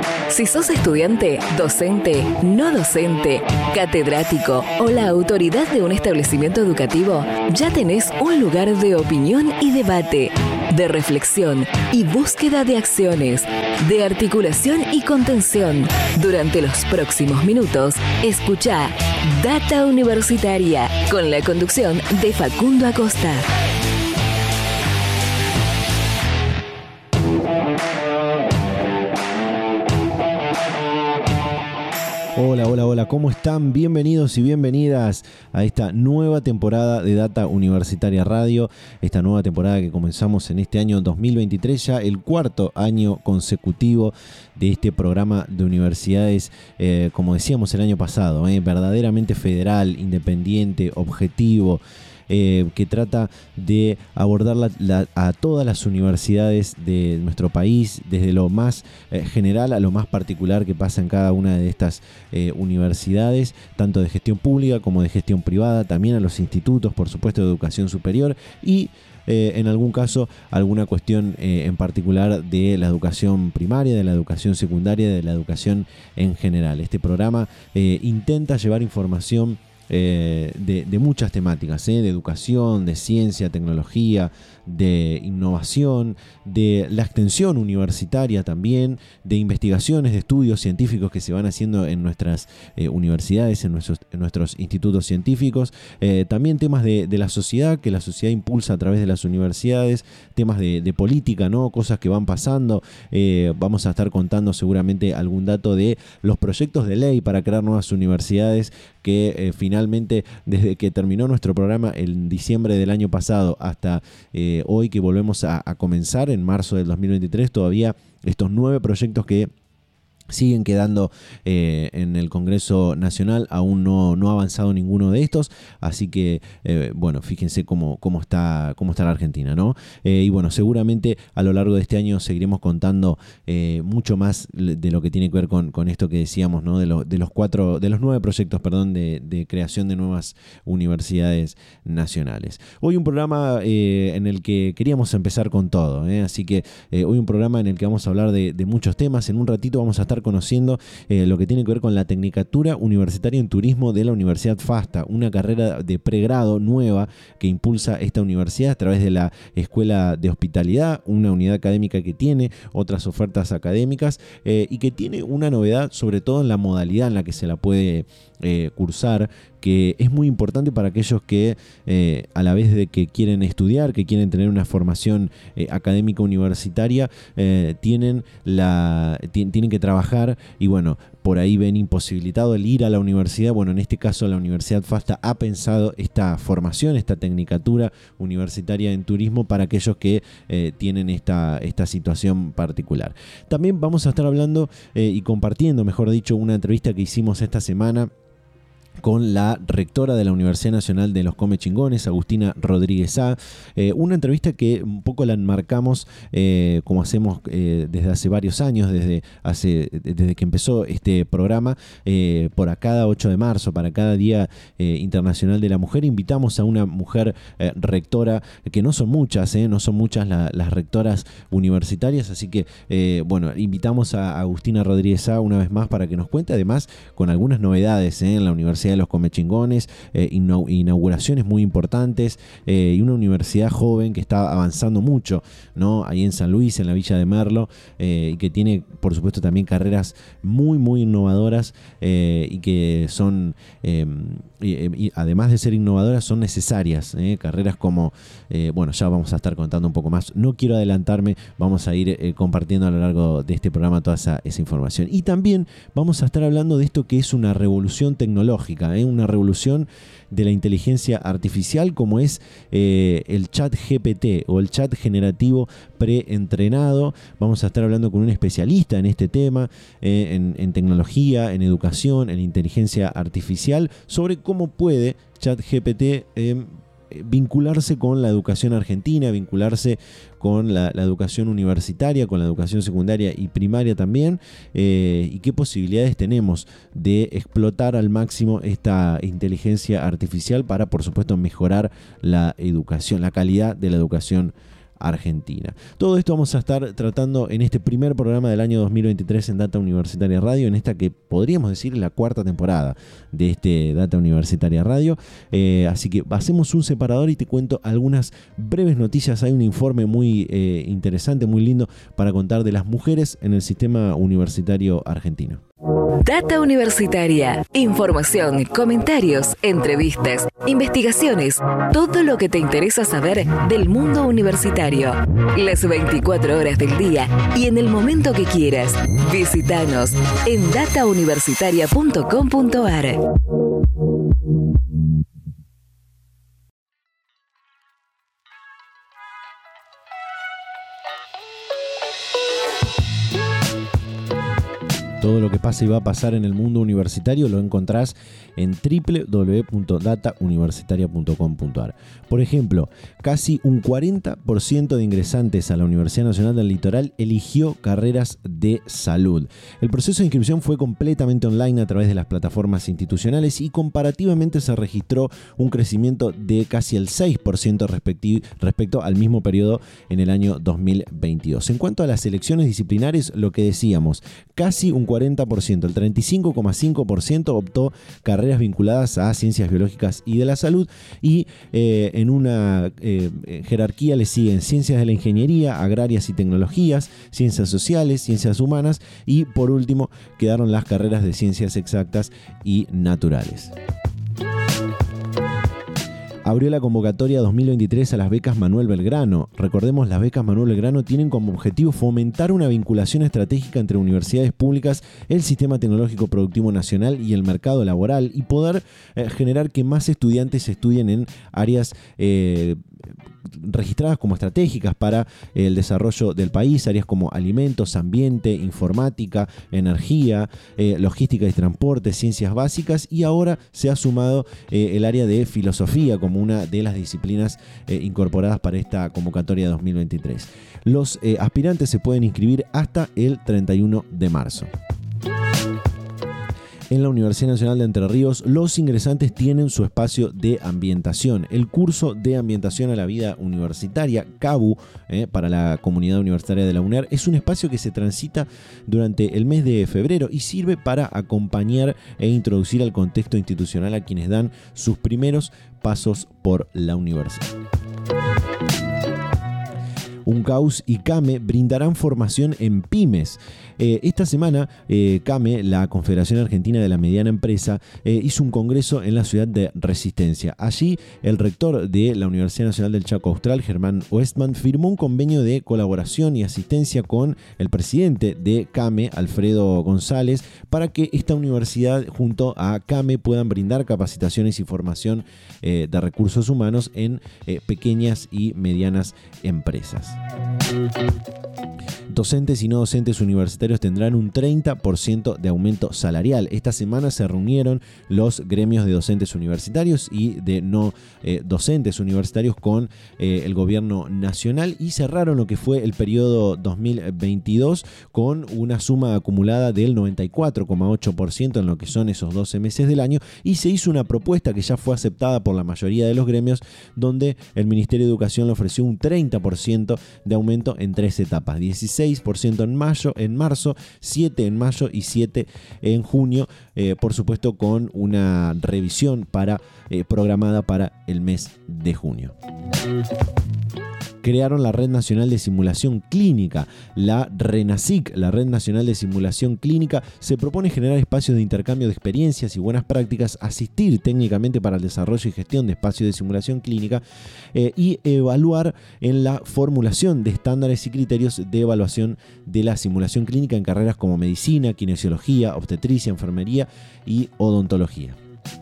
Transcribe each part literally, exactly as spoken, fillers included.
Si sos estudiante, docente, no docente, catedrático o la autoridad de un establecimiento educativo, ya tenés un lugar de opinión y debate, de reflexión y búsqueda de acciones, de articulación y contención. Durante los próximos minutos, escuchá Data Universitaria con la conducción de Facundo Acosta. Hola, hola, hola, ¿cómo están? Bienvenidos y bienvenidas a esta nueva temporada de Data Universitaria Radio, esta nueva temporada que comenzamos en este año dos mil veintitrés, ya el cuarto año consecutivo de este programa de universidades, eh, como decíamos el año pasado, eh, verdaderamente federal, independiente, objetivo, Eh, que trata de abordar la, la, a todas las universidades de nuestro país, desde lo más eh, general a lo más particular que pasa en cada una de estas eh, universidades, tanto de gestión pública como de gestión privada, también a los institutos, por supuesto, de educación superior y Eh, en algún caso, alguna cuestión eh, en particular de la educación primaria, de la educación secundaria, de la educación en general. Este programa eh, intenta llevar información eh, de, de muchas temáticas, eh, de educación, de ciencia, tecnología, de innovación, de la extensión universitaria también, de investigaciones, de estudios científicos que se van haciendo en nuestras eh, universidades, en nuestros, en nuestros institutos científicos, eh, también temas de, de la sociedad, que la sociedad impulsa a través de las universidades, temas de, de política, ¿no? Cosas que van pasando, eh, vamos a estar contando seguramente algún dato de los proyectos de ley para crear nuevas universidades que eh, finalmente, desde que terminó nuestro programa en diciembre del año pasado hasta eh, hoy que volvemos a, a comenzar en marzo del dos mil veintitrés, todavía estos nueve proyectos que siguen quedando eh, en el Congreso Nacional, aún no, no ha avanzado ninguno de estos, así que eh, bueno, fíjense cómo, cómo, está, cómo está la Argentina, ¿no? Eh, y bueno, seguramente a lo largo de este año seguiremos contando eh, mucho más de lo que tiene que ver con, con esto que decíamos, ¿no? De, lo, de los cuatro, de los nueve proyectos, perdón, de, de creación de nuevas universidades nacionales. Hoy un programa eh, en el que queríamos empezar con todo, ¿eh? Así que eh, hoy un programa en el que vamos a hablar de, de muchos temas. En un ratito vamos a estar conociendo eh, lo que tiene que ver con la Tecnicatura Universitaria en Turismo de la Universidad FASTA, una carrera de pregrado nueva que impulsa esta universidad a través de la Escuela de Hospitalidad, una unidad académica que tiene otras ofertas académicas eh, y que tiene una novedad sobre todo en la modalidad en la que se la puede eh, cursar, que es muy importante para aquellos que eh, a la vez de que quieren estudiar, que quieren tener una formación eh, académica universitaria, eh, tienen, la, t- tienen que trabajar y bueno, por ahí ven imposibilitado el ir a la universidad. Bueno, en este caso la Universidad FASTA ha pensado esta formación, esta tecnicatura universitaria en turismo para aquellos que eh, tienen esta, esta situación particular. También vamos a estar hablando eh, y compartiendo, mejor dicho, una entrevista que hicimos esta semana con la rectora de la Universidad Nacional de los Comechingones, Agustina Rodríguez Sá, eh, una entrevista que un poco la enmarcamos eh, como hacemos eh, desde hace varios años, desde, hace, desde que empezó este programa, eh, por a cada ocho de marzo, para cada Día eh, Internacional de la Mujer, invitamos a una mujer eh, rectora, que no son muchas, eh, no son muchas la, las rectoras universitarias, así que eh, bueno, invitamos a Agustina Rodríguez Sá una vez más para que nos cuente, además con algunas novedades eh, en la Universidad de los Comechingones, eh, inauguraciones muy importantes eh, y una universidad joven que está avanzando mucho, ¿no? Ahí en San Luis, en la Villa de Merlo, eh, y que tiene, por supuesto, también carreras muy, muy innovadoras eh, y que son, eh, y, y además de ser innovadoras, son necesarias. Eh, carreras como, eh, bueno, ya vamos a estar contando un poco más. No quiero adelantarme, vamos a ir eh, compartiendo a lo largo de este programa toda esa, esa información. Y también vamos a estar hablando de esto que es una revolución tecnológica, ¿eh? Una revolución de la inteligencia artificial como es eh, el chat G P T o el chat generativo preentrenado. Vamos a estar hablando con un especialista en este tema, eh, en, en tecnología, en educación, en inteligencia artificial, sobre cómo puede chat G P T eh, vincularse con la educación argentina, vincularse con la, la educación universitaria, con la educación secundaria y primaria también, eh, y qué posibilidades tenemos de explotar al máximo esta inteligencia artificial para, por supuesto, mejorar la educación, la calidad de la educación Argentina. Todo esto vamos a estar tratando en este primer programa del año dos mil veintitrés en Data Universitaria Radio, en esta que podríamos decir la cuarta temporada de este Data Universitaria Radio. Eh, así que hacemos un separador y te cuento algunas breves noticias. Hay un informe muy eh, interesante, muy lindo para contar de las mujeres en el sistema universitario argentino. Data Universitaria. Información, comentarios, entrevistas, investigaciones, todo lo que te interesa saber del mundo universitario. Las veinticuatro horas del día y en el momento que quieras. Visítanos en data universitaria punto com punto a r. Todo lo que pasa y va a pasar en el mundo universitario lo encontrás en doble u doble u doble u punto data universitaria punto com punto a r. Por ejemplo, casi un cuarenta por ciento de ingresantes a la Universidad Nacional del Litoral eligió carreras de salud. El proceso de inscripción fue completamente online a través de las plataformas institucionales y comparativamente se registró un crecimiento de casi el seis por ciento respecto al mismo periodo en el año dos mil veintidós. En cuanto a las elecciones disciplinares, lo que decíamos, casi un cuarenta por ciento, el treinta y cinco coma cinco por ciento optó carreras vinculadas a ciencias biológicas y de la salud, y eh, en una eh, jerarquía le siguen ciencias de la ingeniería, agrarias y tecnologías, ciencias sociales, ciencias humanas y por último quedaron las carreras de ciencias exactas y naturales. Abrió la convocatoria dos mil veintitrés a las becas Manuel Belgrano. Recordemos, las becas Manuel Belgrano tienen como objetivo fomentar una vinculación estratégica entre universidades públicas, el sistema tecnológico productivo nacional y el mercado laboral, y poder eh, generar que más estudiantes estudien en áreas eh, registradas como estratégicas para el desarrollo del país, áreas como alimentos, ambiente, informática, energía, eh, logística y transporte, ciencias básicas, y ahora se ha sumado eh, el área de filosofía como una de las disciplinas eh, incorporadas para esta convocatoria dos mil veintitrés. Los eh, aspirantes se pueden inscribir hasta el treinta y uno de marzo. En la Universidad Nacional de Entre Ríos, los ingresantes tienen su espacio de ambientación. El curso de ambientación a la vida universitaria, CABU, eh, para la comunidad universitaria de la U N E R, es un espacio que se transita durante el mes de febrero y sirve para acompañar e introducir al contexto institucional a quienes dan sus primeros pasos por la universidad. UNCAUS y CAME brindarán formación en pymes. Eh, esta semana, eh, CAME, la Confederación Argentina de la Mediana Empresa, eh, hizo un congreso en la ciudad de Resistencia. Allí, el rector de la Universidad Nacional del Chaco Austral, Germán Westman, firmó un convenio de colaboración y asistencia con el presidente de CAME, Alfredo González, para que esta universidad junto a CAME puedan brindar capacitaciones y formación eh, de recursos humanos en eh, pequeñas y medianas empresas. Docentes y no docentes universitarios tendrán un treinta por ciento de aumento salarial. Esta semana se reunieron los gremios de docentes universitarios y de no eh, docentes universitarios con eh, el gobierno nacional y cerraron lo que fue el periodo dos mil veintidós con una suma acumulada del noventa y cuatro coma ocho por ciento en lo que son esos doce meses del año, y se hizo una propuesta que ya fue aceptada por la mayoría de los gremios, donde el Ministerio de Educación le ofreció un treinta por ciento de aumento en tres etapas: dieciséis por ciento en mayo, en marzo, siete en mayo y siete en junio, eh, por supuesto con una revisión para, eh, programada para el mes de junio. Crearon la Red Nacional de Simulación Clínica, la RENASIC. La Red Nacional de Simulación Clínica se propone generar espacios de intercambio de experiencias y buenas prácticas, asistir técnicamente para el desarrollo y gestión de espacios de simulación clínica eh, y evaluar en la formulación de estándares y criterios de evaluación de la simulación clínica en carreras como medicina, kinesiología, obstetricia, enfermería y odontología.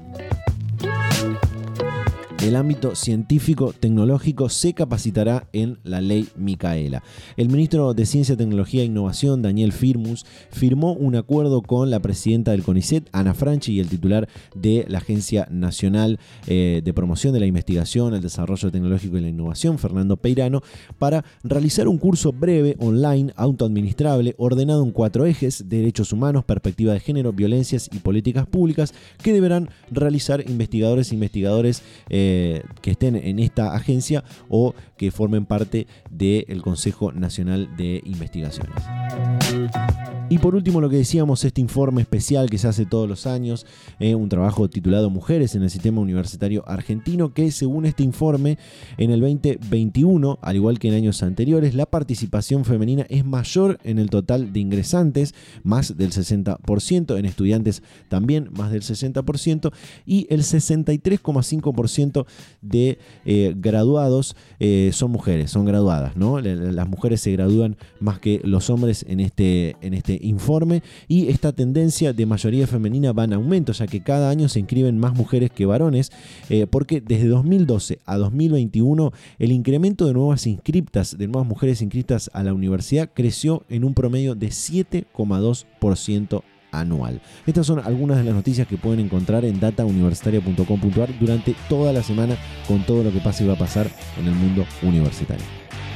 El ámbito científico-tecnológico se capacitará en la ley Micaela. El ministro de Ciencia, Tecnología e Innovación, Daniel Firmus, firmó un acuerdo con la presidenta del CONICET, Ana Franchi, y el titular de la Agencia Nacional eh, de Promoción de la Investigación, el Desarrollo Tecnológico y la Innovación, Fernando Peirano, para realizar un curso breve, online, autoadministrable, ordenado en cuatro ejes: derechos humanos, perspectiva de género, violencias y políticas públicas, que deberán realizar investigadores e investigadores eh, eh, que estén en esta agencia o que formen parte del Consejo Nacional de Investigaciones. Y por último, lo que decíamos, este informe especial que se hace todos los años, eh, un trabajo titulado Mujeres en el Sistema Universitario Argentino, que según este informe, en el veinte veintiuno, al igual que en años anteriores, la participación femenina es mayor en el total de ingresantes, más del sesenta por ciento, en estudiantes también más del sesenta por ciento, y el sesenta y tres coma cinco por ciento de eh, graduados eh, son mujeres, son graduadas, ¿no? Las mujeres se gradúan más que los hombres en este, en este informe, y esta tendencia de mayoría femenina va en aumento, ya que cada año se inscriben más mujeres que varones, eh, porque desde dos mil doce a dos mil veintiuno el incremento de nuevas inscriptas, de nuevas mujeres inscritas a la universidad creció en un promedio de siete coma dos por ciento anual. Estas son algunas de las noticias que pueden encontrar en data universitaria punto com punto a r durante toda la semana, con todo lo que pasa y va a pasar en el mundo universitario.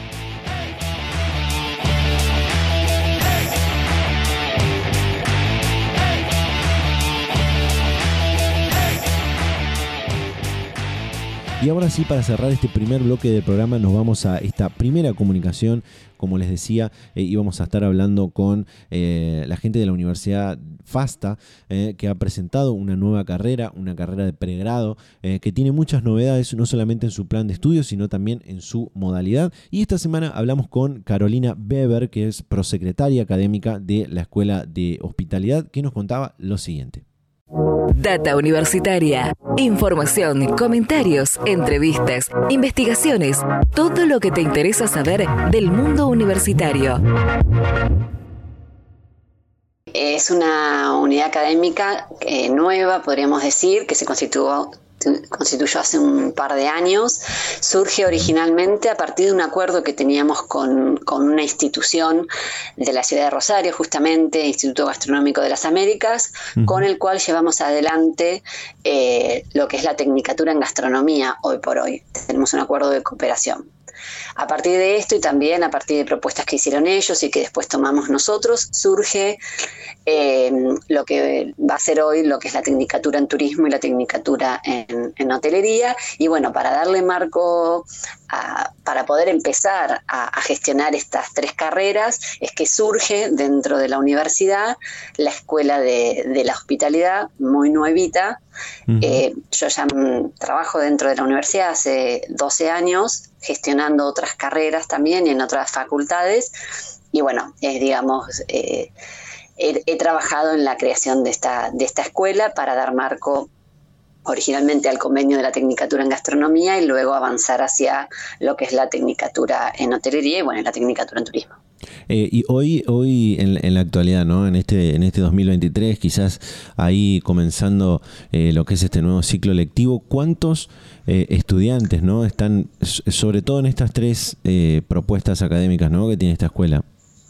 Y ahora sí, para cerrar este primer bloque del programa, nos vamos a esta primera comunicación. Como les decía, eh, íbamos a estar hablando con eh, la gente de la Universidad FASTA, eh, que ha presentado una nueva carrera, una carrera de pregrado, eh, que tiene muchas novedades, no solamente en su plan de estudios, sino también en su modalidad. Y esta semana hablamos con Carolina Weber, que es prosecretaria académica de la Escuela de Hospitalidad, que nos contaba lo siguiente. Data Universitaria. Información, comentarios, entrevistas, investigaciones, todo lo que te interesa saber del mundo universitario. Es una unidad académica eh, nueva, podríamos decir, que se constituyó constituyó hace un par de años. Surge originalmente a partir de un acuerdo que teníamos con, con una institución de la ciudad de Rosario, justamente, Instituto Gastronómico de las Américas, uh-huh. con el cual llevamos adelante eh, lo que es la Tecnicatura en Gastronomía hoy por hoy. Tenemos un acuerdo de cooperación. A partir de esto y también a partir de propuestas que hicieron ellos y que después tomamos nosotros, surge eh, lo que va a ser hoy lo que es la Tecnicatura en Turismo y la Tecnicatura en, en Hotelería. Y bueno, para darle marco, a, para poder empezar a, a gestionar estas tres carreras, es que surge dentro de la universidad la Escuela de, de la Hospitalidad, muy nuevita. Uh-huh. Eh, yo ya m, trabajo dentro de la universidad hace doce años, gestionando otras carreras también y en otras facultades, y bueno, eh, digamos, eh, he, he trabajado en la creación de esta, de esta escuela para dar marco originalmente al convenio de la Tecnicatura en Gastronomía y luego avanzar hacia lo que es la Tecnicatura en Hotelería y bueno, la Tecnicatura en Turismo. Eh, y hoy, hoy en, en la actualidad, ¿no? En este, en este dos mil veintitrés, quizás ahí comenzando eh, lo que es este nuevo ciclo lectivo, ¿cuántos eh, estudiantes, ¿no? están, sobre todo en estas tres eh, propuestas académicas, ¿no? que tiene esta escuela?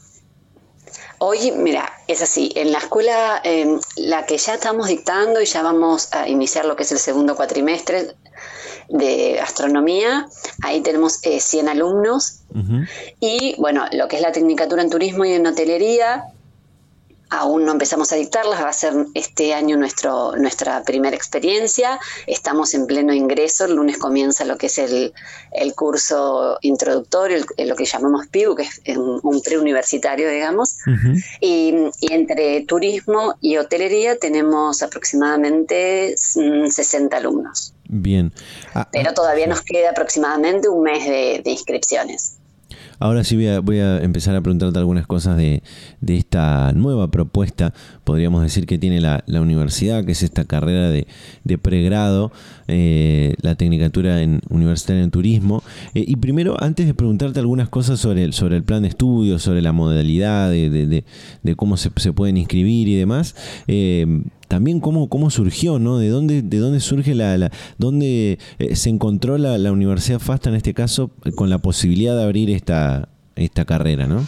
Hoy, mira, es así, en la escuela, eh, la que ya estamos dictando y ya vamos a iniciar lo que es el segundo cuatrimestre de gastronomía, ahí tenemos eh, cien alumnos, uh-huh. y bueno, lo que es la Tecnicatura en Turismo y en Hotelería, aún no empezamos a dictarlas, va a ser este año nuestro, nuestra primera experiencia, estamos en pleno ingreso, el lunes comienza lo que es el, el curso introductorio, el, lo que llamamos P I U, que es un, un preuniversitario, digamos, uh-huh. y, y entre turismo y hotelería tenemos aproximadamente sesenta alumnos. Bien. Ah, Pero todavía nos queda aproximadamente un mes de, de inscripciones. Ahora sí voy a, voy a empezar a preguntarte algunas cosas de, de esta nueva propuesta, podríamos decir, que tiene la, la universidad, que es esta carrera de, de pregrado, eh, la Tecnicatura en Universitaria en Turismo. Eh, y primero, antes de preguntarte algunas cosas sobre el, sobre el plan de estudio, sobre la modalidad, de, de, de, de cómo se, se pueden inscribir y demás, eh, también cómo, cómo surgió, ¿no? ¿De dónde, de dónde surge la, la dónde eh, se encontró la, la Universidad FASTA en este caso con la posibilidad de abrir esta, esta carrera, ¿no?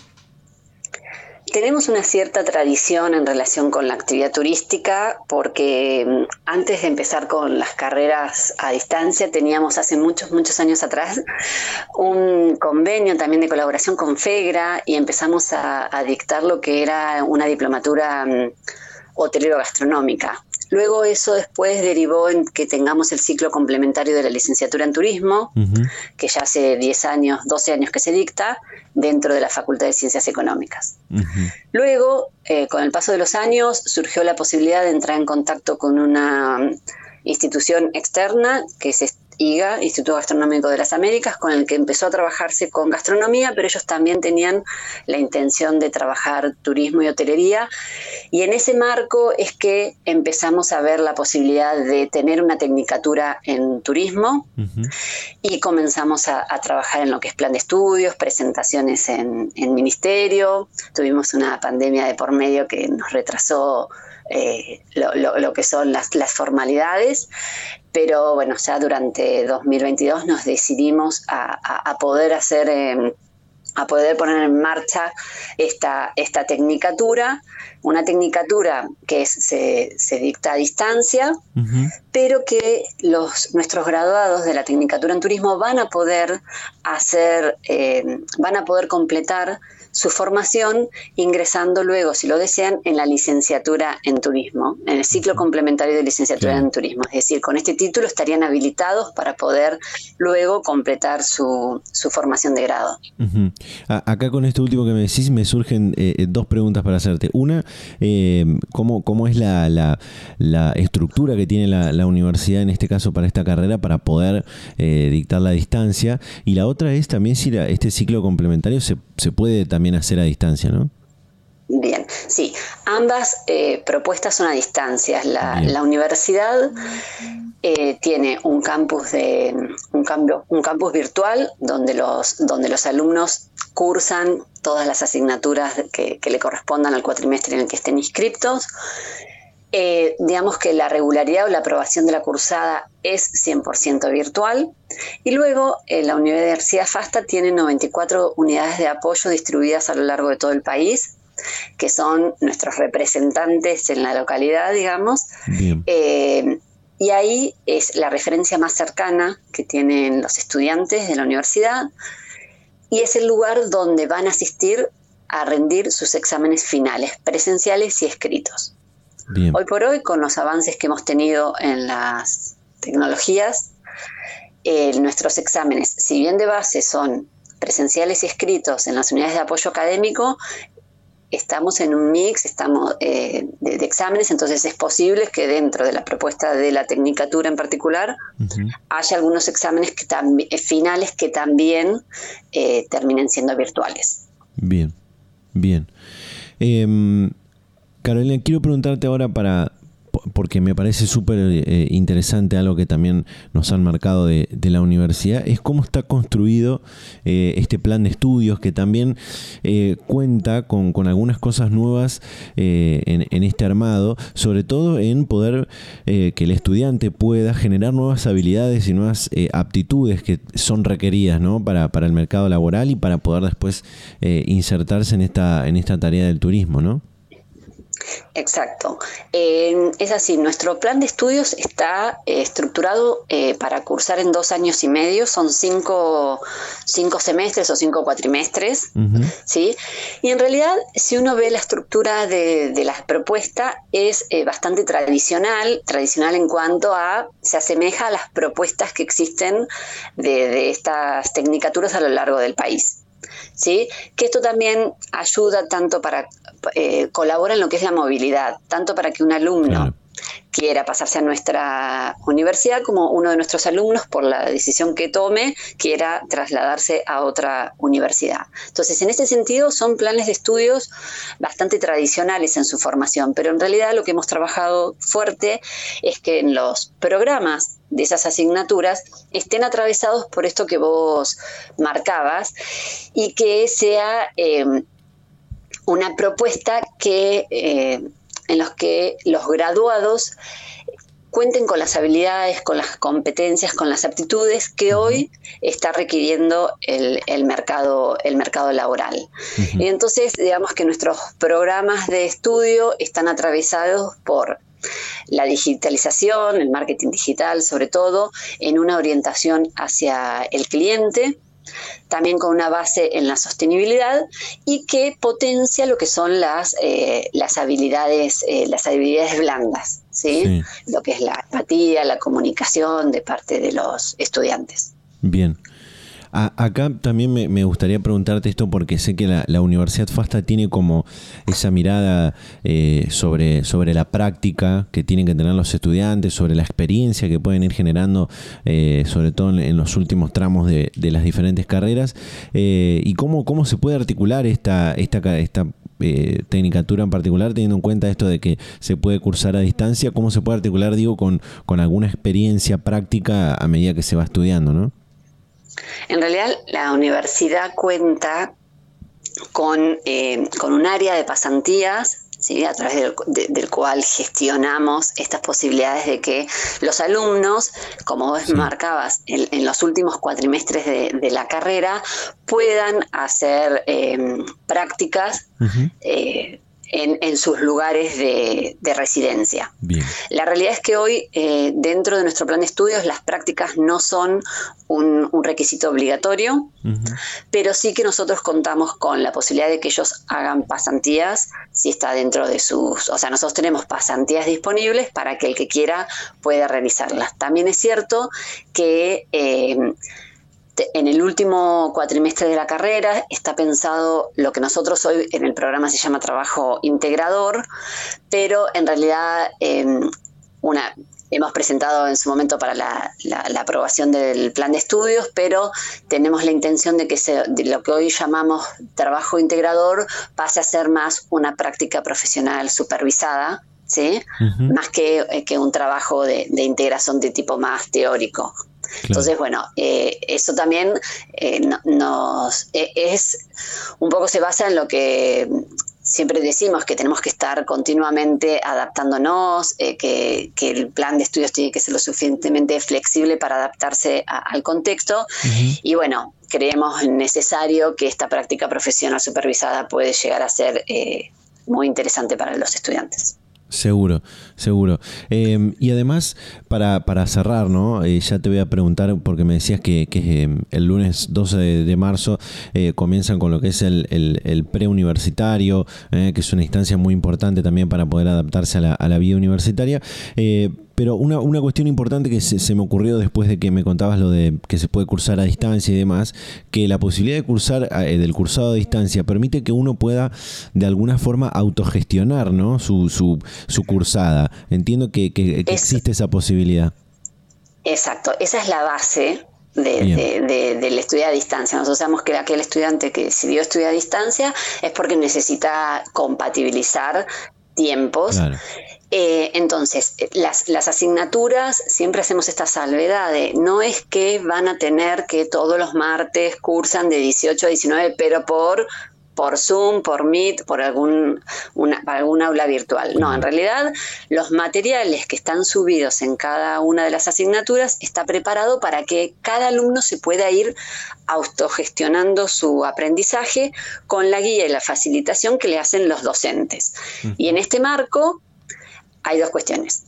Tenemos una cierta tradición en relación con la actividad turística porque antes de empezar con las carreras a distancia teníamos hace muchos, muchos años atrás un convenio también de colaboración con FEGRA y empezamos a, a dictar lo que era una diplomatura um, hotelero-gastronómica. luego eso después derivó en que tengamos el ciclo complementario de la licenciatura en turismo, uh-huh. que ya hace diez años, doce años que se dicta dentro de la Facultad de Ciencias Económicas. Uh-huh. Luego, eh, con el paso de los años, surgió la posibilidad de entrar en contacto con una institución externa que es I G A, Instituto Gastronómico de las Américas, con el que empezó a trabajarse con gastronomía, pero ellos también tenían la intención de trabajar turismo y hotelería, y en ese marco es que empezamos a ver la posibilidad de tener una tecnicatura en turismo, uh-huh. y comenzamos a, a trabajar en lo que es plan de estudios, presentaciones en, en ministerio. Tuvimos una pandemia de por medio que nos retrasó Eh, lo, lo, lo que son las, las formalidades, pero bueno, ya durante dos mil veintidós nos decidimos a, a, a poder hacer, eh, a poder poner en marcha esta, esta tecnicatura, una tecnicatura que es, se, se dicta a distancia, uh-huh. pero que los, nuestros graduados de la tecnicatura en turismo van a poder hacer, eh, van a poder completar su formación ingresando luego, si lo desean, en la licenciatura en turismo, en el ciclo complementario de licenciatura claro. en turismo. Es decir, con este título estarían habilitados para poder luego completar su, su formación de grado. Uh-huh. Acá con esto último que me decís me surgen eh, dos preguntas para hacerte. Una, eh, ¿cómo, cómo es la, la, la estructura que tiene la, la universidad en este caso para esta carrera para poder eh, dictar la distancia? Y la otra es también si la, este ciclo complementario se, se puede también también hacer a distancia, ¿no? Bien, sí. Ambas eh, propuestas son a distancia. La, la universidad eh, tiene un campus de un, cambio, un campus virtual donde los, donde los alumnos cursan todas las asignaturas que, que le correspondan al cuatrimestre en el que estén inscriptos. Eh, digamos que la regularidad o la aprobación de la cursada es cien por ciento virtual, y luego eh, la Universidad FASTA tiene noventa y cuatro unidades de apoyo distribuidas a lo largo de todo el país, que son nuestros representantes en la localidad, digamos, eh, y ahí es la referencia más cercana que tienen los estudiantes de la universidad, y es el lugar donde van a asistir a rendir sus exámenes finales, presenciales y escritos. Bien. Hoy por hoy, con los avances que hemos tenido en las tecnologías, eh, nuestros exámenes, si bien de base son presenciales y escritos en las unidades de apoyo académico, estamos en un mix estamos eh, de, de exámenes, entonces es posible que dentro de la propuesta de la tecnicatura en particular uh-huh. haya algunos exámenes que tam- finales que también eh, terminen siendo virtuales. Bien, bien. Eh, Carolina, quiero preguntarte ahora para, porque me parece súper eh, interesante algo que también nos han marcado de, de la universidad, es cómo está construido eh, este plan de estudios que también eh, cuenta con, con algunas cosas nuevas eh, en, en este armado, sobre todo en poder eh, que el estudiante pueda generar nuevas habilidades y nuevas eh, aptitudes que son requeridas, ¿no? para, para el mercado laboral y para poder después eh, insertarse en esta, en esta tarea del turismo, ¿no? Exacto. Eh, es así, nuestro plan de estudios está eh, estructurado eh, para cursar en dos años y medio, son cinco, cinco semestres o cinco cuatrimestres, uh-huh. ¿sí? Y en realidad, si uno ve la estructura de, de la propuesta, es eh, bastante tradicional, tradicional en cuanto a, se asemeja a las propuestas que existen de, de estas tecnicaturas a lo largo del país. ¿Sí? Que esto también ayuda tanto para, eh, colabora en lo que es la movilidad, tanto para que un alumno claro. quiera pasarse a nuestra universidad, como uno de nuestros alumnos, por la decisión que tome, quiera trasladarse a otra universidad. Entonces, en ese sentido, son planes de estudios bastante tradicionales en su formación, pero en realidad lo que hemos trabajado fuerte es que en los programas de esas asignaturas estén atravesados por esto que vos marcabas y que sea eh, una propuesta que eh, en los que los graduados cuenten con las habilidades, con las competencias, con las aptitudes que hoy está requiriendo el, el mercado, el mercado laboral. Uh-huh. Y entonces, digamos que nuestros programas de estudio están atravesados por la digitalización, el marketing digital sobre todo, en una orientación hacia el cliente, también con una base en la sostenibilidad y que potencia lo que son las, eh, las habilidades, eh, las habilidades blandas, ¿sí? Sí. Lo que es la empatía, la comunicación de parte de los estudiantes. Bien. A, acá también me, me gustaría preguntarte esto porque sé que la, la Universidad FASTA tiene como esa mirada eh, sobre, sobre la práctica que tienen que tener los estudiantes, sobre la experiencia que pueden ir generando, eh, sobre todo en, en los últimos tramos de, de las diferentes carreras, eh, y cómo, cómo se puede articular esta, esta, esta eh, tecnicatura en particular, teniendo en cuenta esto de que se puede cursar a distancia, cómo se puede articular, digo, con, con alguna experiencia práctica a medida que se va estudiando, ¿no? En realidad, la universidad cuenta con, eh, con un área de pasantías, ¿sí? A través del, de, del cual gestionamos estas posibilidades de que los alumnos, como vos sí. marcabas, en, en los últimos cuatrimestres de, de la carrera, puedan hacer eh, prácticas uh-huh. eh, En, en sus lugares de, de residencia. Bien. La realidad es que hoy, eh, dentro de nuestro plan de estudios, las prácticas no son un, un requisito obligatorio, uh-huh. pero sí que nosotros contamos con la posibilidad de que ellos hagan pasantías si está dentro de sus... O sea, nosotros tenemos pasantías disponibles para que el que quiera pueda realizarlas. También es cierto que... Eh, en el último cuatrimestre de la carrera está pensado lo que nosotros hoy en el programa se llama trabajo integrador, pero en realidad eh, una, hemos presentado en su momento para la, la, la aprobación del plan de estudios, pero tenemos la intención de que se, de lo que hoy llamamos trabajo integrador pase a ser más una práctica profesional supervisada, ¿sí? Uh-huh. Más que, eh, que un trabajo de, de integración de tipo más teórico. Claro. Entonces, bueno, eh, eso también eh, no, nos eh, es un poco se basa en lo que siempre decimos, que tenemos que estar continuamente adaptándonos, eh, que, que el plan de estudios tiene que ser lo suficientemente flexible para adaptarse a, al contexto. Uh-huh. Y bueno, creemos necesario que esta práctica profesional supervisada puede llegar a ser eh, muy interesante para los estudiantes. Seguro, seguro. Eh, y además, para, para cerrar, ¿no? Eh, ya te voy a preguntar, porque me decías que, que eh, el lunes doce de marzo eh, comienzan con lo que es el, el, el preuniversitario, eh, que es una instancia muy importante también para poder adaptarse a la, a la vida universitaria. Eh, Pero una, una cuestión importante que se, se me ocurrió después de que me contabas lo de que se puede cursar a distancia y demás, que la posibilidad de cursar eh, del cursado a distancia permite que uno pueda de alguna forma autogestionar, ¿no? su, su, su cursada. Entiendo que, que, que existe esa posibilidad. Exacto, esa es la base de, de, de, del estudio a distancia. Nosotros sabemos que aquel estudiante que decidió estudiar a distancia es porque necesita compatibilizar tiempos. Claro. Eh, entonces, las, las asignaturas, siempre hacemos esta salvedad de, no es que van a tener que todos los martes cursan de dieciocho a diecinueve, pero por, por Zoom, por Meet, por algún, una, para algún aula virtual. No, en realidad, los materiales que están subidos en cada una de las asignaturas está preparado para que cada alumno se pueda ir autogestionando su aprendizaje con la guía y la facilitación que le hacen los docentes. Uh-huh. Y en este marco hay dos cuestiones.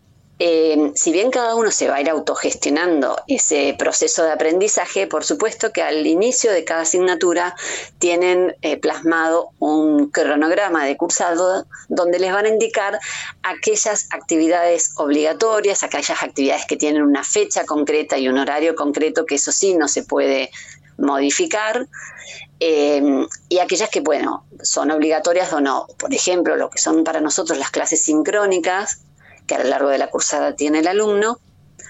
Eh, si bien cada uno se va a ir autogestionando ese proceso de aprendizaje, por supuesto que al inicio de cada asignatura tienen eh, plasmado un cronograma de cursado donde les van a indicar aquellas actividades obligatorias, aquellas actividades que tienen una fecha concreta y un horario concreto, que eso sí no se puede modificar, eh, y aquellas que, bueno, son obligatorias o no. Por ejemplo, lo que son para nosotros las clases sincrónicas, que a lo largo de la cursada tiene el alumno,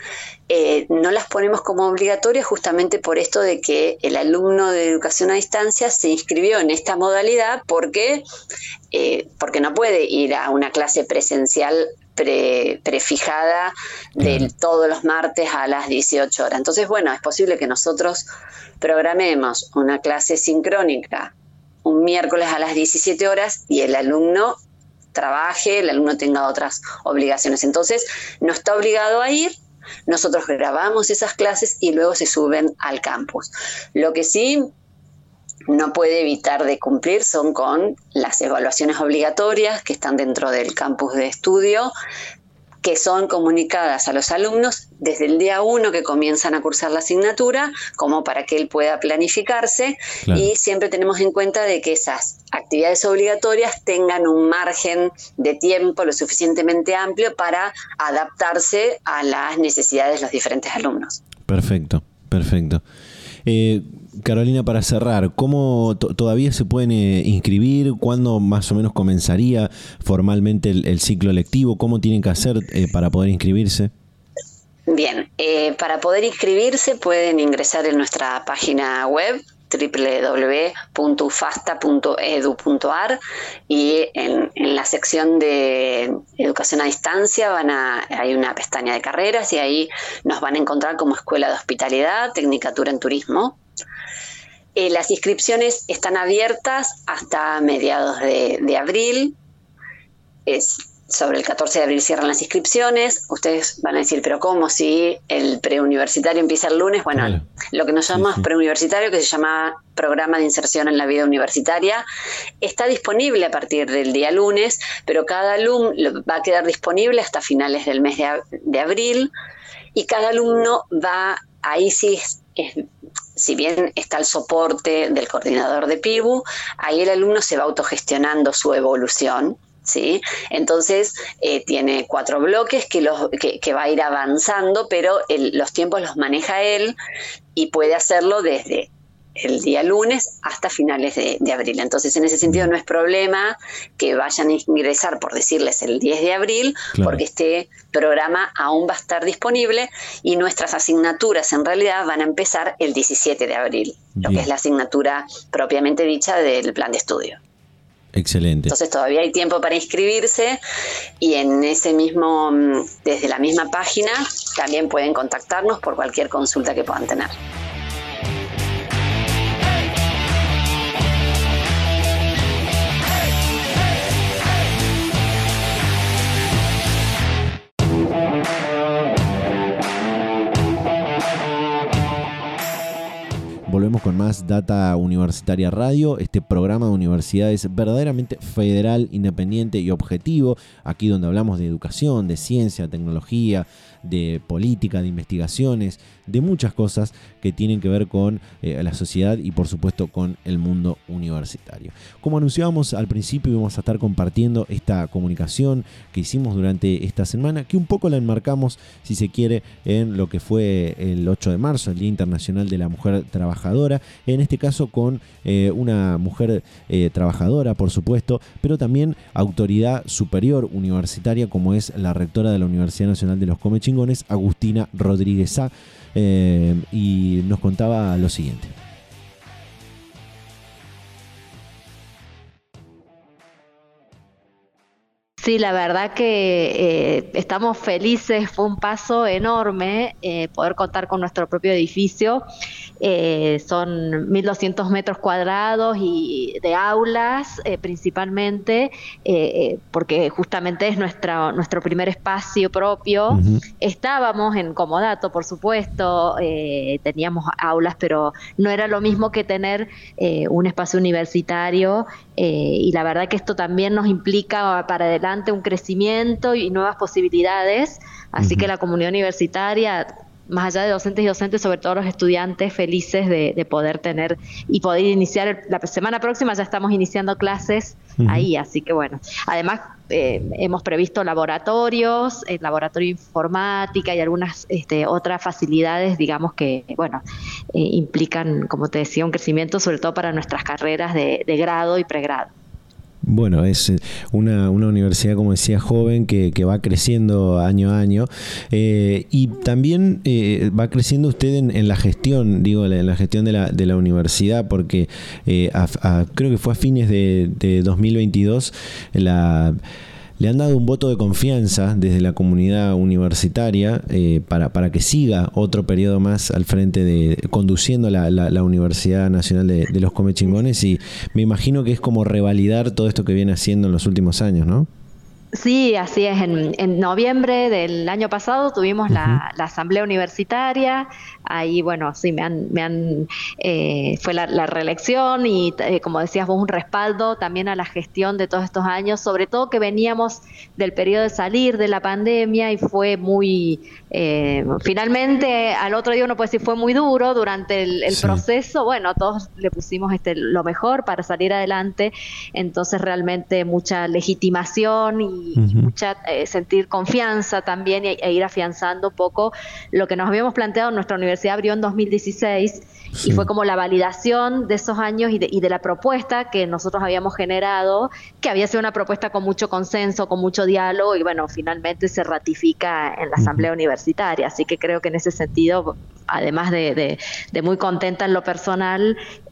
eh, no las ponemos como obligatorias justamente por esto de que el alumno de educación a distancia se inscribió en esta modalidad porque, eh, porque no puede ir a una clase presencial Pre, prefijada de todos los martes a las dieciocho horas. Entonces, bueno, es posible que nosotros programemos una clase sincrónica un miércoles a las diecisiete horas y el alumno trabaje, el alumno tenga otras obligaciones. Entonces, no está obligado a ir, nosotros grabamos esas clases y luego se suben al campus. Lo que sí no puede evitar de cumplir son con las evaluaciones obligatorias que están dentro del campus de estudio, que son comunicadas a los alumnos desde el día uno que comienzan a cursar la asignatura, como para que él pueda planificarse. Claro. Y siempre tenemos en cuenta de que esas actividades obligatorias tengan un margen de tiempo lo suficientemente amplio para adaptarse a las necesidades de los diferentes alumnos. Perfecto, perfecto. Eh, Carolina, para cerrar, ¿cómo t- todavía se pueden eh, inscribir? ¿Cuándo más o menos comenzaría formalmente el, el ciclo lectivo? ¿Cómo tienen que hacer eh, para poder inscribirse? Bien, eh, para poder inscribirse pueden ingresar en nuestra página web doble u doble u doble u punto ufasta punto edu punto ar y en, en la sección de educación a distancia van a, hay una pestaña de carreras y ahí nos van a encontrar como Escuela de Hospitalidad, Tecnicatura en Turismo. Eh, las inscripciones están abiertas hasta mediados de, de abril. Es, sobre el catorce de abril cierran las inscripciones. Ustedes van a decir, pero ¿cómo? Si el preuniversitario empieza el lunes. Bueno, claro. Lo que nos llamamos sí, sí. preuniversitario, que se llama Programa de Inserción en la Vida Universitaria, está disponible a partir del día lunes, pero cada alumno va a quedar disponible hasta finales del mes de, de abril, y cada alumno va, ahí sí es, es si bien está el soporte del coordinador de P I B U, ahí el alumno se va autogestionando su evolución, ¿sí? Entonces eh, tiene cuatro bloques que, los, que, que va a ir avanzando, pero el, los tiempos los maneja él y puede hacerlo desde el día lunes hasta finales de, de abril. Entonces, en ese sentido no es problema que vayan a ingresar, por decirles, el diez de abril, claro. Porque este programa aún va a estar disponible y nuestras asignaturas en realidad van a empezar el diecisiete de abril, bien. Lo que es la asignatura propiamente dicha del plan de estudio. Excelente. Entonces todavía hay tiempo para inscribirse y en ese mismo, desde la misma página también pueden contactarnos por cualquier consulta que puedan tener. Volvemos con más Data Universitaria Radio, este programa de universidades verdaderamente federal, independiente y objetivo, aquí donde hablamos de educación, de ciencia, tecnología, de política, de investigaciones, de muchas cosas que tienen que ver con eh, la sociedad y por supuesto con el mundo universitario. Como anunciábamos al principio, vamos a estar compartiendo esta comunicación que hicimos durante esta semana, que un poco la enmarcamos, si se quiere, en lo que fue el ocho de marzo, el Día Internacional de la Mujer Trabajadora, en este caso con eh, una mujer eh, trabajadora, por supuesto, pero también autoridad superior universitaria, como es la rectora de la Universidad Nacional de los Comechingones, Agustina Rodríguez Sá, eh, y nos contaba lo siguiente. Sí, la verdad que eh, estamos felices, fue un paso enorme eh, poder contar con nuestro propio edificio. Eh, son mil doscientos metros cuadrados y de aulas eh, principalmente, eh, porque justamente es nuestra, nuestro primer espacio propio. Uh-huh. Estábamos en Comodato, por supuesto, eh, teníamos aulas, pero no era lo mismo que tener eh, un espacio universitario, eh, y la verdad que esto también nos implica para adelante un crecimiento y nuevas posibilidades, así uh-huh. que la comunidad universitaria, más allá de docentes y docentes, sobre todo los estudiantes, felices de, de poder tener y poder iniciar, la semana próxima ya estamos iniciando clases uh-huh. ahí, así que bueno, además eh, hemos previsto laboratorios, el laboratorio de informática y algunas este, otras facilidades, digamos que, bueno, eh, implican, como te decía, un crecimiento sobre todo para nuestras carreras de, de grado y pregrado. Bueno, es una, una universidad, como decía, joven que, que va creciendo año a año, eh, y también eh, va creciendo usted en, en la gestión, digo, en la gestión de la, de la universidad, porque eh, a, a, creo que fue a fines de, de dos mil veintidós la... le han dado un voto de confianza desde la comunidad universitaria eh, para, para que siga otro periodo más al frente de conduciendo la, la, la Universidad Nacional de, de los Comechingones, y me imagino que es como revalidar todo esto que viene haciendo en los últimos años, ¿no? Sí, así es. En, en noviembre del año pasado tuvimos uh-huh. la, la asamblea universitaria, ahí, bueno, sí, me han, me han eh, fue la, la reelección y, eh, como decías vos, un respaldo también a la gestión de todos estos años, sobre todo que veníamos del periodo de salir de la pandemia y fue muy, eh, finalmente, al otro día uno puede decir fue muy duro durante el, el sí. proceso, bueno, todos le pusimos este, lo mejor para salir adelante, entonces realmente mucha legitimación y, uh-huh. y mucha eh, sentir confianza también y, e ir afianzando un poco lo que nos habíamos planteado. Nuestra universidad abrió en dos mil dieciséis sí. y fue como la validación de esos años y de, y de la propuesta que nosotros habíamos generado, que había sido una propuesta con mucho consenso, con mucho diálogo y bueno, finalmente se ratifica en la Asamblea uh-huh. Universitaria, así que creo que en ese sentido, además de, de, de muy contenta en lo personal,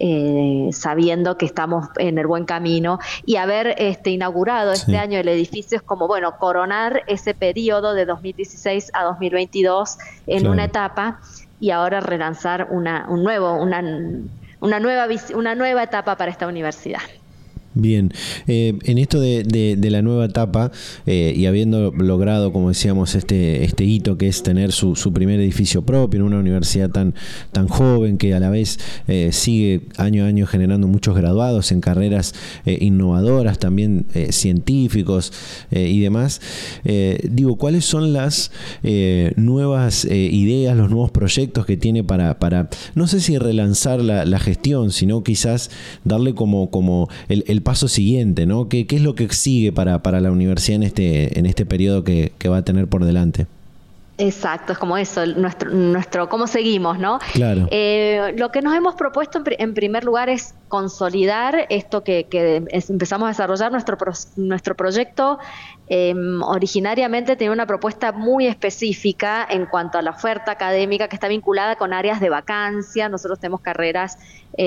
eh, sabiendo que estamos en el buen camino y haber este, inaugurado sí. este año el edificio es como, bueno, coronar ese periodo de dos mil dieciséis a dos mil veintidós en claro. una etapa y ahora relanzar una, un nuevo, una, una, nueva, una nueva etapa para esta universidad. Bien, eh, en esto de, de, de la nueva etapa eh, y habiendo logrado, como decíamos, este, este hito que es tener su, su primer edificio propio en una universidad tan, tan joven que a la vez eh, sigue año a año generando muchos graduados en carreras eh, innovadoras, también eh, científicos eh, y demás, eh, digo, ¿cuáles son las eh, nuevas eh, ideas, los nuevos proyectos que tiene para, para no sé si relanzar la, la gestión, sino quizás darle como, como el, el paso siguiente, ¿no? ¿Qué, qué es lo que sigue para, para la universidad en este, en este periodo que, que va a tener por delante? Exacto, es como eso, nuestro, nuestro cómo seguimos, ¿no? Claro. Eh, lo que nos hemos propuesto en, en primer lugar es consolidar esto que, que es, empezamos a desarrollar. Nuestro, pro, nuestro proyecto eh, originariamente tenía una propuesta muy específica en cuanto a la oferta académica que está vinculada con áreas de vacancia. Nosotros tenemos carreras